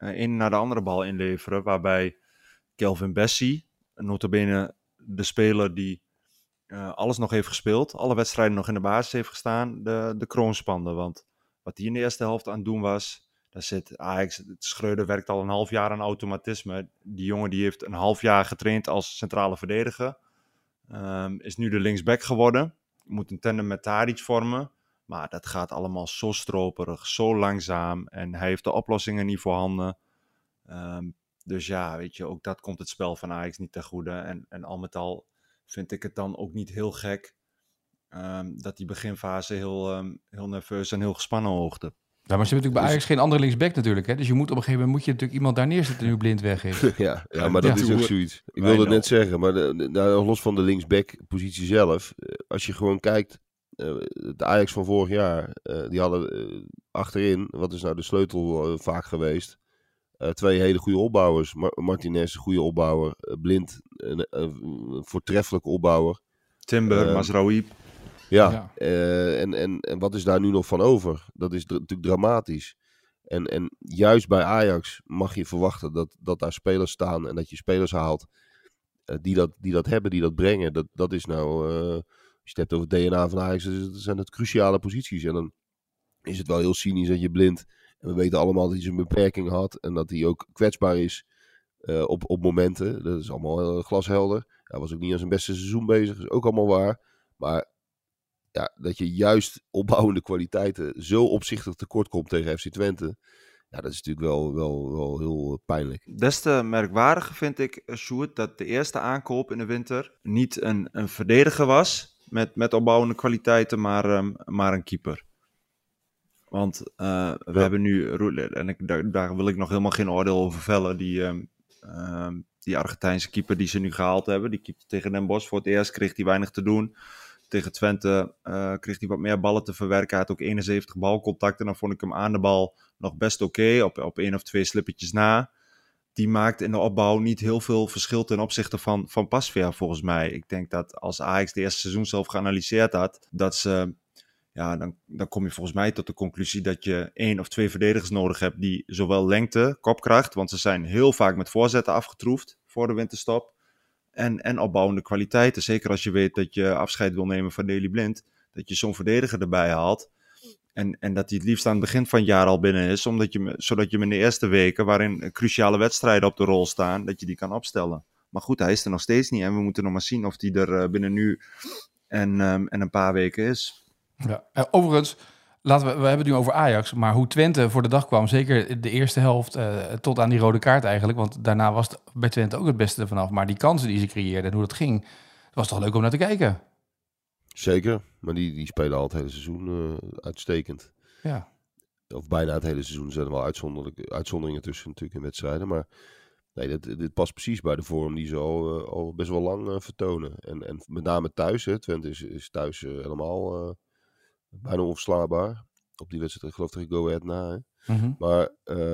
een naar de andere bal inleveren. Waarbij Kelvin Bessie, nota bene de speler die alles nog heeft gespeeld, alle wedstrijden nog in de basis heeft gestaan, de kroon spande. Want wat hij in de eerste helft aan het doen was, daar zit Ajax, Schreuder werkt al een half jaar aan automatisme. Die jongen die heeft een half jaar getraind als centrale verdediger. Is nu de linksback geworden. Moet een tandem met Tadic vormen. Maar dat gaat allemaal zo stroperig, zo langzaam. En hij heeft de oplossingen niet voorhanden. Dus ja, weet je, ook dat komt het spel van Ajax niet ten goede. En al met al vind ik het dan ook niet heel gek dat die beginfase heel nerveus en heel gespannen oogde. Ja, maar ze hebben natuurlijk bij Ajax geen andere linksback natuurlijk. Hè? Dus je moet op een gegeven moment natuurlijk iemand daar neerzetten nu Blind weg is. Ja, maar dat is ook zoiets. Ik wilde het net zeggen, maar los van de linksback-positie zelf. Als je gewoon kijkt, de Ajax van vorig jaar, die hadden achterin, wat is nou de sleutel vaak geweest? 2 hele goede opbouwers. Martinez, een goede opbouwer. Blind, een voortreffelijke opbouwer. Timber, Mazraoui. Ja. En wat is daar nu nog van over? Dat is natuurlijk dramatisch. En juist bij Ajax mag je verwachten dat daar spelers staan en dat je spelers haalt die dat hebben, die dat brengen. Dat is nou, als je het hebt over het DNA van Ajax, zijn het cruciale posities. En dan is het wel heel cynisch dat je Blind, en we weten allemaal dat hij zijn beperking had en dat hij ook kwetsbaar is op momenten. Dat is allemaal glashelder. Hij was ook niet aan zijn beste seizoen bezig, dat is ook allemaal waar. Maar ja, dat je juist opbouwende kwaliteiten zo opzichtig tekort komt tegen FC Twente. Ja, dat is natuurlijk wel heel pijnlijk. Des te merkwaardiger vind ik, Sjoerd, dat de eerste aankoop in de winter niet een verdediger was met opbouwende kwaliteiten, maar een keeper. Want we hebben nu, en daar wil ik nog helemaal geen oordeel over vellen, die Argentijnse keeper die ze nu gehaald hebben. Die keepte tegen Den Bosch voor het eerst, kreeg hij weinig te doen. Tegen Twente kreeg hij wat meer ballen te verwerken. Hij had ook 71 balcontacten. Dan vond ik hem aan de bal nog best oké. Op 1 of 2 slippertjes na. Die maakt in de opbouw niet heel veel verschil ten opzichte van Pasveer volgens mij. Ik denk dat als Ajax de eerste seizoen zelf geanalyseerd had, dat ze, ja, dan kom je volgens mij tot de conclusie dat je 1 of 2 verdedigers nodig hebt die zowel lengte, kopkracht, want ze zijn heel vaak met voorzetten afgetroefd voor de winterstop. En opbouwende kwaliteiten. Zeker als je weet dat je afscheid wil nemen van Daley Blind. Dat je zo'n verdediger erbij haalt. En dat hij het liefst aan het begin van het jaar al binnen is. Zodat je hem in de eerste weken, waarin cruciale wedstrijden op de rol staan, dat je die kan opstellen. Maar goed, hij is er nog steeds niet. En we moeten nog maar zien of hij er binnen nu en een paar weken is. Ja. Overigens, we hebben het nu over Ajax, maar hoe Twente voor de dag kwam, zeker de eerste helft tot aan die rode kaart eigenlijk, want daarna was het bij Twente ook het beste ervan af. Maar die kansen die ze creëerden en hoe dat ging, was toch leuk om naar te kijken? Zeker, maar die spelen al het hele seizoen uitstekend. Ja. Of bijna het hele seizoen. Er zijn er wel uitzonderingen tussen natuurlijk in wedstrijden, maar nee, dit past precies bij de vorm die ze al best wel lang vertonen. En met name thuis, hè. Twente is thuis helemaal bijna onverslaanbaar. Op die wedstrijd, ik geloof tegen Go Ahead na. Hè. Mm-hmm. Maar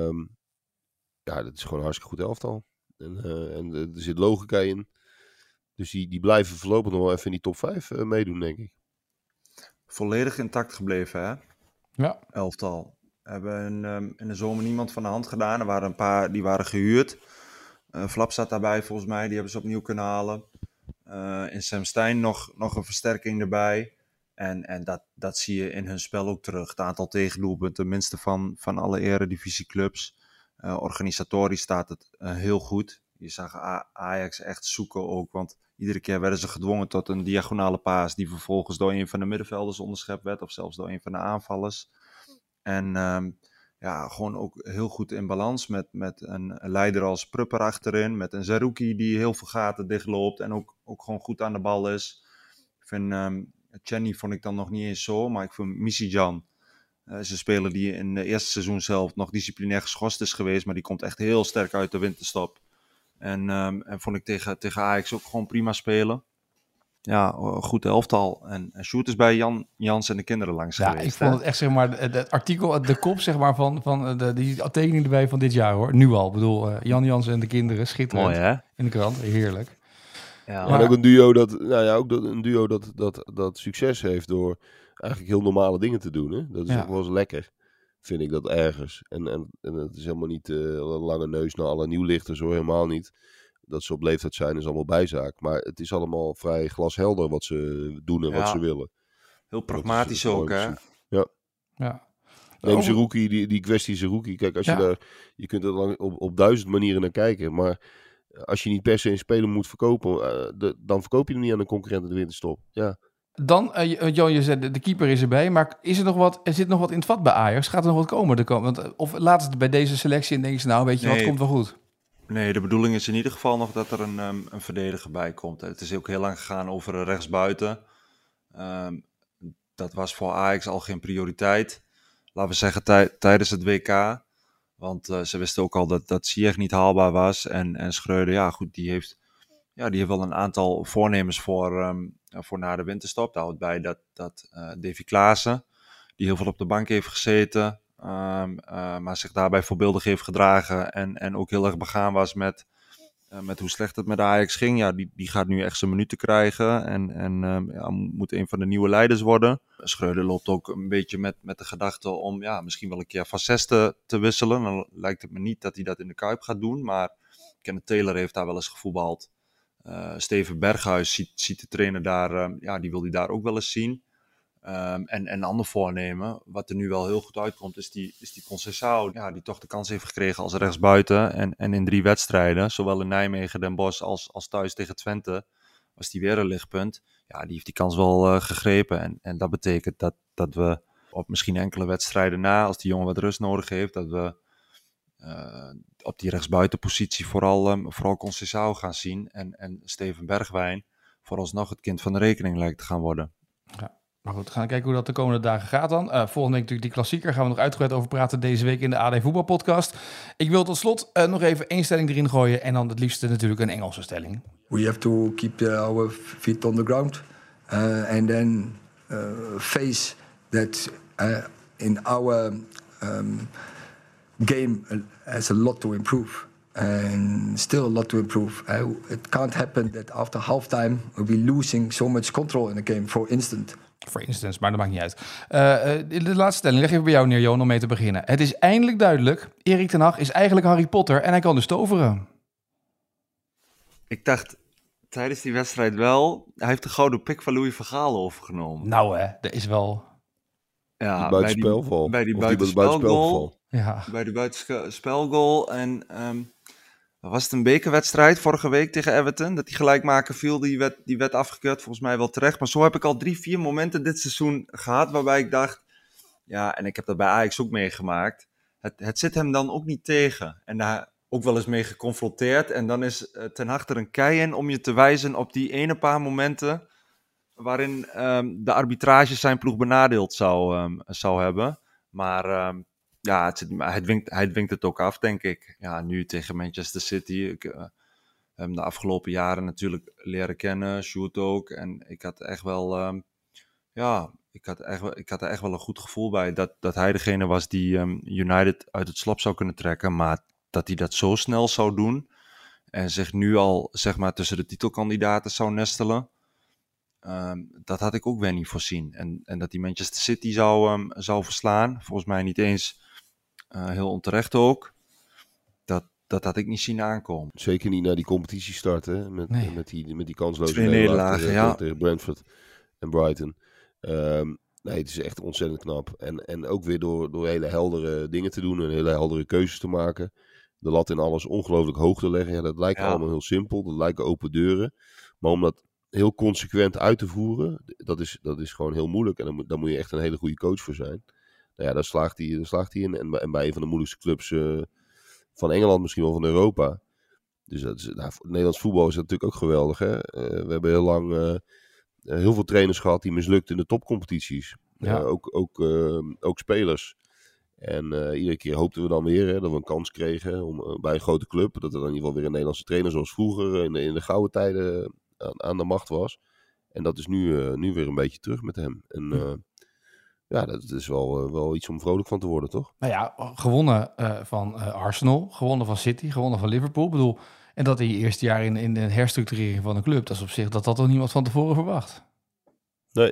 ja, dat is gewoon een hartstikke goed elftal. En er zit logica in. Dus die blijven voorlopig nog wel even in die top 5 meedoen, denk ik. Volledig intact gebleven, hè? Ja. Elftal. We hebben in de zomer niemand van de hand gedaan. Er waren een paar die waren gehuurd. Flap zat daarbij volgens mij. Die hebben ze opnieuw kunnen halen. In Sam Stein nog een versterking erbij. En dat zie je in hun spel ook terug. Het aantal tegendoelpunten, minste van alle eredivisieclubs. Organisatorisch staat het heel goed. Je zag Ajax echt zoeken ook. Want iedere keer werden ze gedwongen tot een diagonale paas. Die vervolgens door een van de middenvelders onderschept werd. Of zelfs door een van de aanvallers. En gewoon ook heel goed in balans. Met een leider als Prupper achterin. Met een Zerouki die heel veel gaten dichtloopt. En ook gewoon goed aan de bal is. Ik vind Chenny vond ik dan nog niet eens zo. Maar ik vind Misijan is een speler die in het eerste seizoen zelf nog disciplinair geschorst is geweest. Maar die komt echt heel sterk uit de winterstop. En vond ik tegen Ajax ook gewoon prima spelen. Ja, goed elftal. En Sjoerd is bij Jans en de kinderen langs geweest. Ik vond het echt, zeg maar, het artikel, de kop, zeg maar, van die tekening erbij van dit jaar, hoor. Nu al. Ik bedoel, Jan Jans en de kinderen, schitterend. Mooi, hè? In de krant, heerlijk. Ja, maar ook een duo dat succes heeft door eigenlijk heel normale dingen te doen. Hè? Dat is ook wel eens lekker. vind ik dat ergens. En het is helemaal niet een lange neus naar alle nieuwlichters, hoor, helemaal niet. Dat ze op leeftijd zijn is allemaal bijzaak. Maar het is allemaal vrij glashelder wat ze doen en wat ze willen. Heel pragmatisch ook, hè? Ja. Neem Zerouki, die kwestie Zerouki. Kijk, als je daar, je kunt er dan op 1000 manieren naar kijken. Maar als je niet per se een speler moet verkopen, dan verkoop je hem niet aan een concurrent in de winterstop. Ja. Dan, je zei, de keeper is erbij, maar er zit nog wat in het vat bij Ajax? Gaat er nog wat komen? Of laat het bij deze selectie en denk je, nou weet je wat, komt wel goed? Nee, de bedoeling is in ieder geval nog dat er een verdediger bij komt. Het is ook heel lang gegaan over een rechtsbuiten. Dat was voor Ajax al geen prioriteit. Laten we zeggen tijdens het WK. Want ze wisten ook al dat Ziyech niet haalbaar was. En Schreuder, ja goed, die heeft wel een aantal voornemens voor na de winterstop. Daar houdt bij dat Davy Klaassen, die heel veel op de bank heeft gezeten, maar zich daarbij voorbeeldig heeft gedragen en ook heel erg begaan was met hoe slecht het met Ajax ging. Ja, die gaat nu echt zijn minuten krijgen en moet een van de nieuwe leiders worden. Schreuder loopt ook een beetje met de gedachte om misschien wel een keer van 6 te wisselen. Dan lijkt het me niet dat hij dat in de Kuip gaat doen, maar Kenneth Taylor heeft daar wel eens gevoetbald. Steven Berghuis ziet de trainer daar, die wil hij daar ook wel eens zien. En een ander voornemen, wat er nu wel heel goed uitkomt, is die Conceição, die toch de kans heeft gekregen als rechtsbuiten. En in 3 wedstrijden, zowel in Nijmegen, Den Bosch als thuis tegen Twente, was die weer een lichtpunt. Ja, die heeft die kans wel gegrepen. En dat betekent dat we op misschien enkele wedstrijden na, als die jongen wat rust nodig heeft, dat we op die rechtsbuitenpositie vooral Conceição gaan zien. En Steven Bergwijn vooralsnog het kind van de rekening lijkt te gaan worden. Ja. Maar goed, we gaan kijken hoe dat de komende dagen gaat dan. Volgende week natuurlijk die klassieker. Gaan we nog uitgebreid over praten deze week in de AD Voetbalpodcast. Ik wil tot slot nog even 1 stelling erin gooien. En dan het liefste natuurlijk een Engelse stelling. We have to keep our feet on the ground. And then face that in our game has a lot to improve. And still a lot to improve. It can't happen that after halftime we're losing so much control in the game, for instance. For instance, maar dat maakt niet uit. De laatste stelling leg even bij jou neer, Johan, om mee te beginnen. Het is eindelijk duidelijk, Erik ten Hag is eigenlijk Harry Potter en hij kan dus toveren. Ik dacht tijdens die wedstrijd wel, hij heeft de gouden pik van Louis van Gaal overgenomen. Nou dat is wel... Ja, buitenspelval. Bij die buitenspelgoal. Ja. Bij die buitenspelgoal. En was het een bekerwedstrijd vorige week tegen Everton? Dat die gelijkmaker viel, die werd afgekeurd. Volgens mij wel terecht. Maar zo heb ik al 3-4 momenten dit seizoen gehad waarbij ik dacht... Ja, en ik heb dat bij Ajax ook meegemaakt. Het zit hem dan ook niet tegen. En daar ook wel eens mee geconfronteerd. En dan is ten Hag er een kei in om je te wijzen op die ene paar momenten... waarin de arbitrage zijn ploeg benadeeld zou hebben. Maar hij dwingt het ook af, denk ik. Ja, nu tegen Manchester City. Ik heb hem de afgelopen jaren natuurlijk leren kennen. Sjoerd ook. En ik had echt wel... ik had er echt wel een goed gevoel bij. Dat hij degene was die United uit het slop zou kunnen trekken. Maar dat hij dat zo snel zou doen. En zich nu al, zeg maar, tussen de titelkandidaten zou nestelen. Dat had ik ook weer niet voorzien. En dat die Manchester City zou verslaan, volgens mij niet eens heel onterecht ook. Dat had ik niet zien aankomen. Zeker niet naar die competitie starten, met die kansloze 2 nederlagen tegen Brentford en Brighton. Nee, het is echt ontzettend knap. En ook weer door hele heldere dingen te doen en hele heldere keuzes te maken. De lat in alles ongelooflijk hoog te leggen. Ja, dat lijkt allemaal heel simpel. Dat lijken open deuren. Maar om dat heel consequent uit te voeren, dat is gewoon heel moeilijk. En daar moet je echt een hele goede coach voor zijn. Nou ja, daar slaagt hij in. En bij een van de moeilijkste clubs van Engeland, misschien wel van Europa. Dus Nederlands voetbal is natuurlijk ook geweldig. Hè? We hebben heel lang heel veel trainers gehad die mislukten in de topcompetities. Ja. Ook spelers. En iedere keer hoopten we dan weer dat we een kans kregen bij een grote club. Dat er dan in ieder geval weer een Nederlandse trainer zoals vroeger in de gouden tijden aan de macht was. En dat is nu weer een beetje terug met hem. En dat is wel iets om vrolijk van te worden, toch? Nou ja, gewonnen van Arsenal, gewonnen van City, gewonnen van Liverpool. Ik bedoel, en dat in je eerste jaar in de herstructurering van een club, dat is op zich dat had toch niemand van tevoren verwacht? Nee.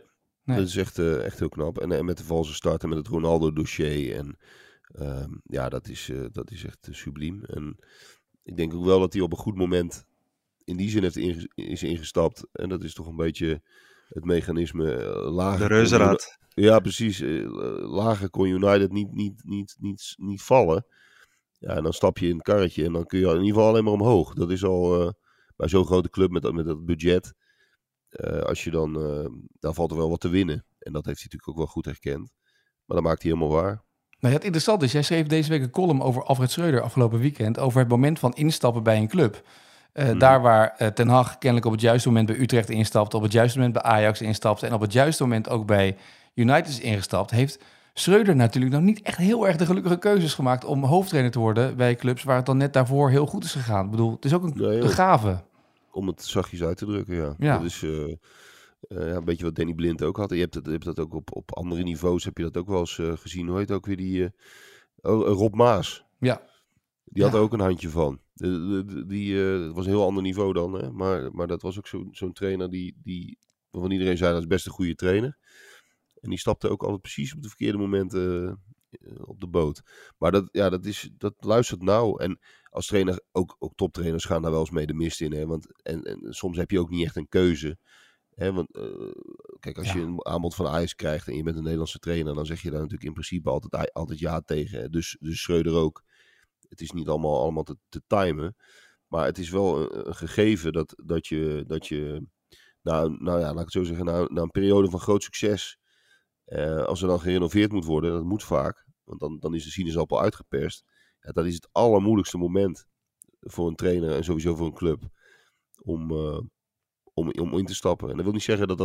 Nee. Dat is echt heel knap. En met de valse start en met het Ronaldo-dossier. En dat is echt subliem. En ik denk ook wel dat hij op een goed moment in die zin is ingestapt. En dat is toch een beetje het mechanisme lager. De reuzenrad. Ja, precies. Lager kon United niet vallen. Ja, en dan stap je in het karretje en dan kun je in ieder geval alleen maar omhoog. Dat is al bij zo'n grote club met dat budget. Als je dan valt er wel wat te winnen. En dat heeft hij natuurlijk ook wel goed herkend. Maar dat maakt hij helemaal waar. Nou, het interessante is, jij schreef deze week een column over Alfred Schreuder afgelopen weekend. Over het moment van instappen bij een club. Daar waar Ten Hag kennelijk op het juiste moment bij Utrecht instapt, op het juiste moment bij Ajax instapt en op het juiste moment ook bij United is ingestapt, heeft Schreuder natuurlijk nog niet echt heel erg de gelukkige keuzes gemaakt om hoofdtrainer te worden bij clubs waar het dan net daarvoor heel goed is gegaan. Ik bedoel, het is ook een gave. Om het zachtjes uit te drukken, ja. Dat is een beetje wat Danny Blind ook had. Je hebt dat ook op andere niveaus, heb je dat ook wel eens gezien. Hoe heet ook weer die Rob Maas? Ja. Die had er ook een handje van. Het was een heel ander niveau dan. Hè? Maar dat was ook zo'n trainer waarvan iedereen zei dat is best een goede trainer. En die stapte ook altijd precies op de verkeerde momenten op de boot. Maar dat luistert nauw. En als trainer, ook toptrainers gaan daar wel eens mee de mist in. Hè? Want, en soms heb je ook niet echt een keuze. Hè? Want kijk, als je een aanbod van Ajax krijgt en je bent een Nederlandse trainer, dan zeg je daar natuurlijk in principe altijd ja tegen. Hè? Dus Schreuder ook. Het is niet allemaal te timen. Maar het is wel een gegeven dat je laat ik het zo zeggen, na een periode van groot succes, als er dan gerenoveerd moet worden, dat moet vaak, want dan is de sinaasappel uitgeperst. Ja, dat is het allermoeilijkste moment voor een trainer en sowieso voor een club om in te stappen. En dat wil niet zeggen dat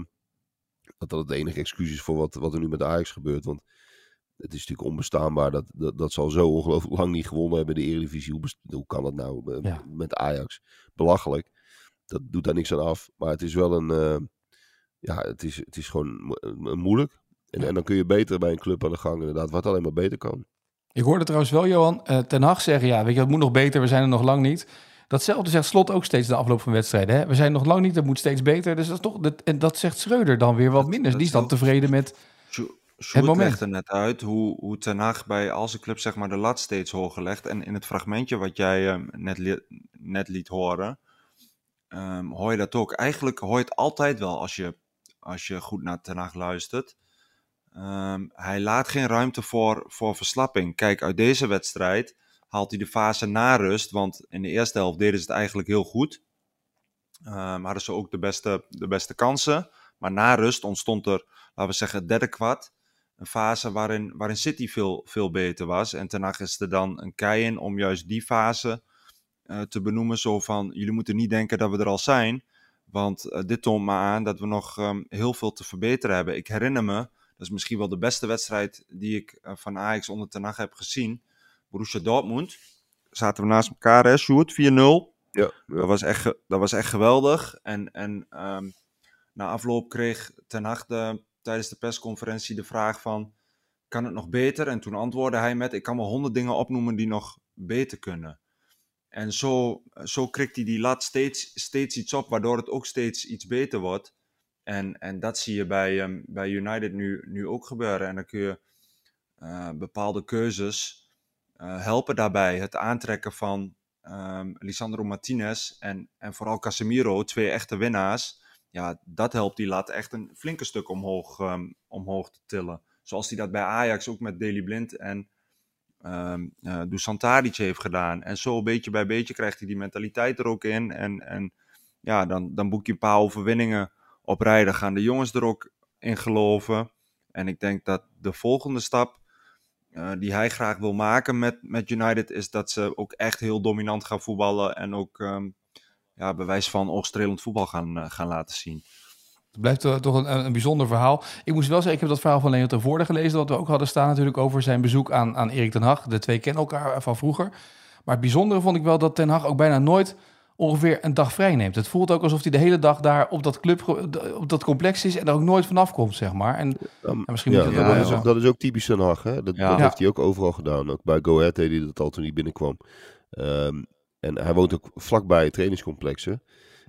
het enige excuus is voor wat er nu met Ajax gebeurt, want het is natuurlijk onbestaanbaar dat ze al zo ongelooflijk lang niet gewonnen hebben in de Eredivisie. Hoe kan dat nou met Ajax? Belachelijk. Dat doet daar niks aan af. Maar het is wel het is gewoon moeilijk. En dan kun je beter bij een club aan de gang inderdaad, wat alleen maar beter kan. Ik hoorde trouwens wel, Johan, Ten Hag zeggen, weet je, het moet nog beter, we zijn er nog lang niet. Datzelfde zegt Slot ook steeds na afloop van wedstrijden. Hè? We zijn nog lang niet, het moet steeds beter. Dus dat zegt Schreuder dan weer wat minder. Die is dan tevreden met het moment. Legde net uit hoe Ten Hag bij al zijn clubs zeg maar de lat steeds hoger legt. En in het fragmentje wat jij net liet horen, hoor je dat ook. Eigenlijk hoor je het altijd wel als je goed naar Ten Hag luistert. Hij laat geen ruimte voor verslapping. Kijk, uit deze wedstrijd haalt hij de fase na rust. Want in de eerste helft deden ze het eigenlijk heel goed. Hadden ze ook de beste kansen. Maar na rust ontstond er, laten we zeggen, het derde kwart. Een fase waarin City veel beter was. En Ten Hag is er dan een kei in om juist die fase te benoemen. Zo van, jullie moeten niet denken dat we er al zijn. Want dit toont maar aan dat we nog heel veel te verbeteren hebben. Ik herinner me, dat is misschien wel de beste wedstrijd die ik van Ajax onder Ten Hag heb gezien. Borussia Dortmund. Zaten we naast elkaar, hè, Sjoerd? 4-0. Ja. Dat was echt geweldig. En na afloop kreeg Ten Hag tijdens de persconferentie de vraag van, kan het nog beter? En toen antwoordde hij met, ik kan wel 100 dingen opnoemen die nog beter kunnen. En zo krikt hij die lat steeds iets op, waardoor het ook steeds iets beter wordt. En dat zie je bij United nu ook gebeuren. En dan kun je bepaalde keuzes helpen daarbij. Het aantrekken van Lisandro Martinez en vooral Casemiro, 2 echte winnaars. Ja, dat helpt die lat echt een flinke stuk omhoog te tillen. Zoals hij dat bij Ajax ook met Daley Blind en Dusan Tadic heeft gedaan. En zo beetje bij beetje krijgt hij die mentaliteit er ook in. En ja, dan boek je een paar overwinningen op rij. Dan gaan de jongens er ook in geloven. En ik denk dat de volgende stap die hij graag wil maken met United is dat ze ook echt heel dominant gaan voetballen. En ook bewijs van oogstrelend voetbal gaan laten zien. Het blijft toch een bijzonder verhaal. Ik moest wel zeggen, ik heb dat verhaal van Leonard ten Voorde gelezen, wat we ook hadden staan natuurlijk over zijn bezoek aan Erik ten Hag. De twee kennen elkaar van vroeger. Maar het bijzondere vond ik wel dat Ten Hag ook bijna nooit ongeveer een dag vrij neemt. Het voelt ook alsof hij de hele dag daar op dat complex is en er ook nooit vanaf komt, zeg maar. En misschien moet dat is ook typisch Ten Hag, hè? Dat heeft hij ook overal gedaan. Ook bij Go Ahead deed hij dat al toen hij binnenkwam. En hij woont ook vlakbij trainingscomplexen.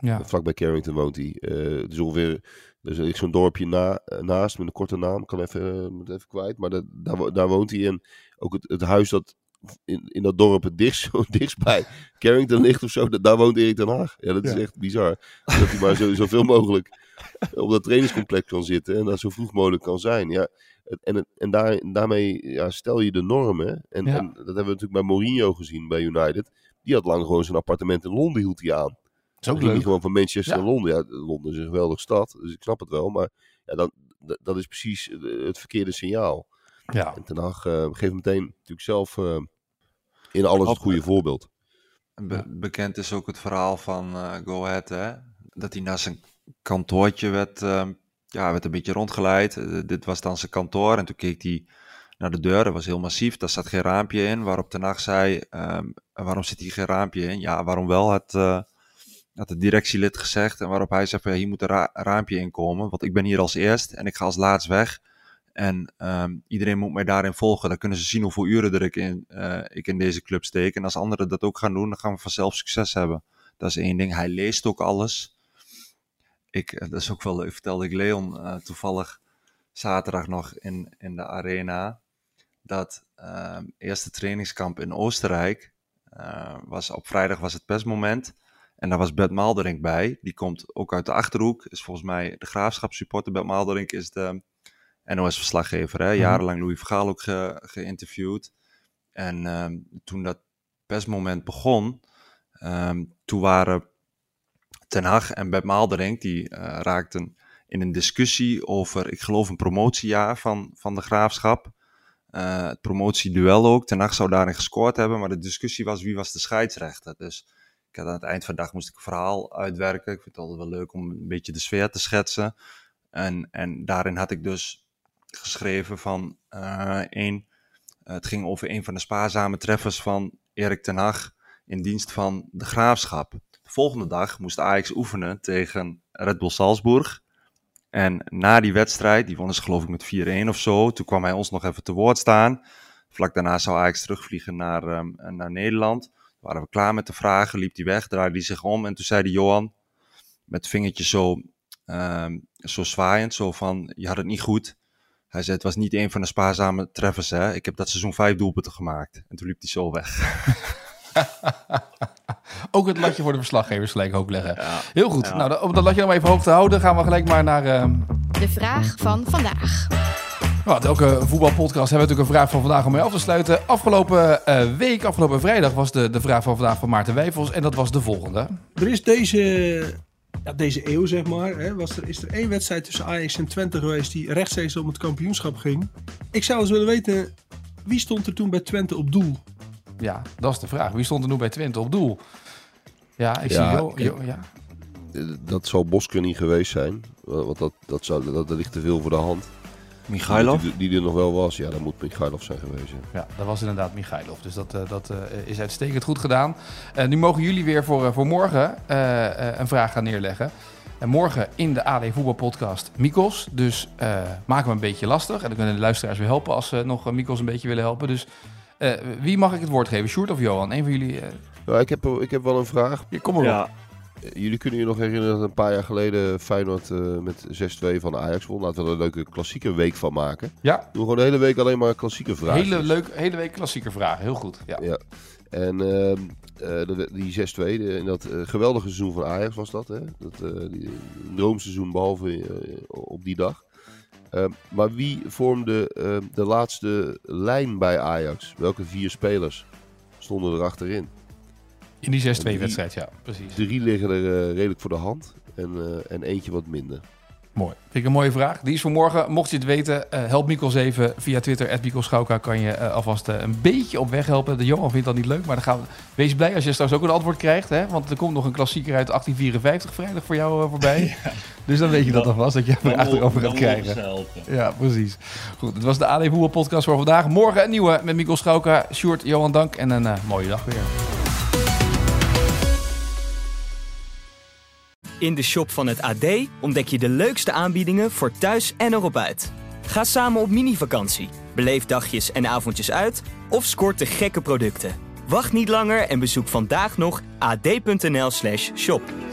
Ja. Vlakbij Carrington woont hij. Het is ongeveer... Er is zo'n dorpje naast met een korte naam. Ik kan even kwijt. Maar daar woont hij. En ook het huis dat in dat dorp het dichtst bij Carrington ligt of zo. Daar woont Erik ten Hag. Ja, dat is echt bizar. Dat hij maar zoveel mogelijk op dat trainingscomplex kan zitten. En dat zo vroeg mogelijk kan zijn. Ja. En daarmee stel je de normen. En dat hebben we natuurlijk bij Mourinho gezien bij United. Die had lang gewoon zijn appartement in Londen hield hij aan. Dat is ook leuk. leuk. Gewoon van Manchester naar Londen. Ja, Londen is een geweldige stad, dus ik snap het wel. Maar ja, dat is precies het verkeerde signaal. Ja. En Ten Hag geeft meteen natuurlijk zelf in alles het goede voorbeeld. Bekend is ook het verhaal van Go Ahead, hè? Dat hij naar zijn kantoortje werd een beetje rondgeleid. Dit was dan zijn kantoor en toen keek hij naar de deur. Dat was heel massief, daar zat geen raampje in. Waarop Ten Hag zei, waarom zit hier geen raampje in? Ja, waarom wel? Had het directielid gezegd. En waarop hij zei van, hier moet een raampje in komen. Want ik ben hier als eerst en ik ga als laatst weg. En iedereen moet mij daarin volgen. Dan kunnen ze zien hoeveel uren ik in deze club steek. En als anderen dat ook gaan doen, dan gaan we vanzelf succes hebben. Dat is één ding. Hij leest ook alles. Dat is ook wel leuk. Vertelde ik Leon toevallig zaterdag nog in de arena. Dat eerste trainingskamp in Oostenrijk. Op vrijdag was het persmoment. En daar was Bert Maalderink bij. Die komt ook uit de Achterhoek. Is volgens mij de Graafschap-supporter. Bert Maalderink is de NOS-verslaggever. Hè? Jarenlang Louis van Gaal ook geïnterviewd. En toen dat persmoment begon... toen waren Ten Hag en Bert Maalderink... die raakten in een discussie over... ik geloof een promotiejaar van de Graafschap. Het promotieduel ook. Ten Hag zou daarin gescoord hebben. Maar de discussie was wie was de scheidsrechter. Dus... aan het eind van de dag moest ik een verhaal uitwerken. Ik vind het altijd wel leuk om een beetje de sfeer te schetsen. En daarin had ik dus geschreven van het ging over een van de spaarzame treffers van Erik ten Hag in dienst van de Graafschap. De volgende dag moest Ajax oefenen tegen Red Bull Salzburg. En na die wedstrijd, die wonnen ze geloof ik met 4-1 of zo. Toen kwam hij ons nog even te woord staan. Vlak daarna zou Ajax terugvliegen naar Nederland. Waren we klaar met de vragen, liep hij weg, draaide hij zich om en toen zei Johan met vingertje zo zwaaiend, zo van, je had het niet goed. Hij zei, het was niet een van de spaarzame treffers, hè. Ik heb dat seizoen 5 doelpunten gemaakt. En toen liep hij zo weg. Ook het latje voor de verslaggevers gelijk hoog leggen. Ja. Heel goed. Ja. Nou, om dat latje nog maar even hoog te houden, gaan we gelijk maar naar... De vraag van vandaag. Nou, elke voetbalpodcast hebben we natuurlijk een vraag van vandaag om mee af te sluiten. Afgelopen vrijdag was de vraag van vandaag van Maarten Wijfels. En dat was de volgende. Er is deze eeuw, zeg maar, is er één wedstrijd tussen Ajax en Twente geweest die rechtstreeks om het kampioenschap ging. Ik zou eens willen weten, wie stond er toen bij Twente op doel? Ja, dat is de vraag. Wie stond er nu bij Twente op doel? Ja, ik zie dat zal Bosker niet geweest zijn. Want dat ligt te veel voor de hand. Michailov? Die er nog wel was. Ja, dat moet Michailov zijn geweest. Ja, dat was inderdaad Michailov. Dus dat is uitstekend goed gedaan. Nu mogen jullie weer voor morgen een vraag gaan neerleggen. En morgen in de AD Voetbalpodcast Mikos. Dus maken we een beetje lastig. En dan kunnen de luisteraars weer helpen als ze nog Mikos een beetje willen helpen. Dus wie mag ik het woord geven? Sjoerd of Johan? Een van jullie? Ja, ik heb wel een vraag. Ja, kom maar op. Ja. Jullie kunnen je nog herinneren dat een paar jaar geleden Feyenoord met 6-2 van Ajax won. Laten we er een leuke klassieke week van maken. Ja. Doen we gewoon de hele week alleen maar klassieke vragen. Hele week klassieke vragen. Heel goed. Ja. En die 6-2, in dat geweldige seizoen van Ajax was dat. Hè? Die droomseizoen behalve op die dag. Maar wie vormde de laatste lijn bij Ajax? Welke 4 spelers stonden er achterin? In die 6-2-wedstrijd, ja, precies. 3 liggen er redelijk voor de hand en eentje wat minder. Mooi. Vind ik een mooie vraag. Die is voor morgen. Mocht je het weten, help Mikos even via Twitter. @MikosSchauka kan je alvast een beetje op weg helpen. De Johan vindt dat niet leuk, maar dan wees blij als je straks ook een antwoord krijgt. Hè? Want er komt nog een klassieker uit 1854 vrijdag voor jou voorbij. Ja. Dus dan weet je dat alvast, dat je er achterover gaat krijgen. Ja, precies. Goed, dit was de AD Voetbal Podcast voor vandaag. Morgen een nieuwe met Mikos Schauka, Sjoerd, Johan, dank en een mooie dag weer. In de shop van het AD ontdek je de leukste aanbiedingen voor thuis en erop uit. Ga samen op mini-vakantie, beleef dagjes en avondjes uit of scoort de gekke producten. Wacht niet langer en bezoek vandaag nog ad.nl/shop.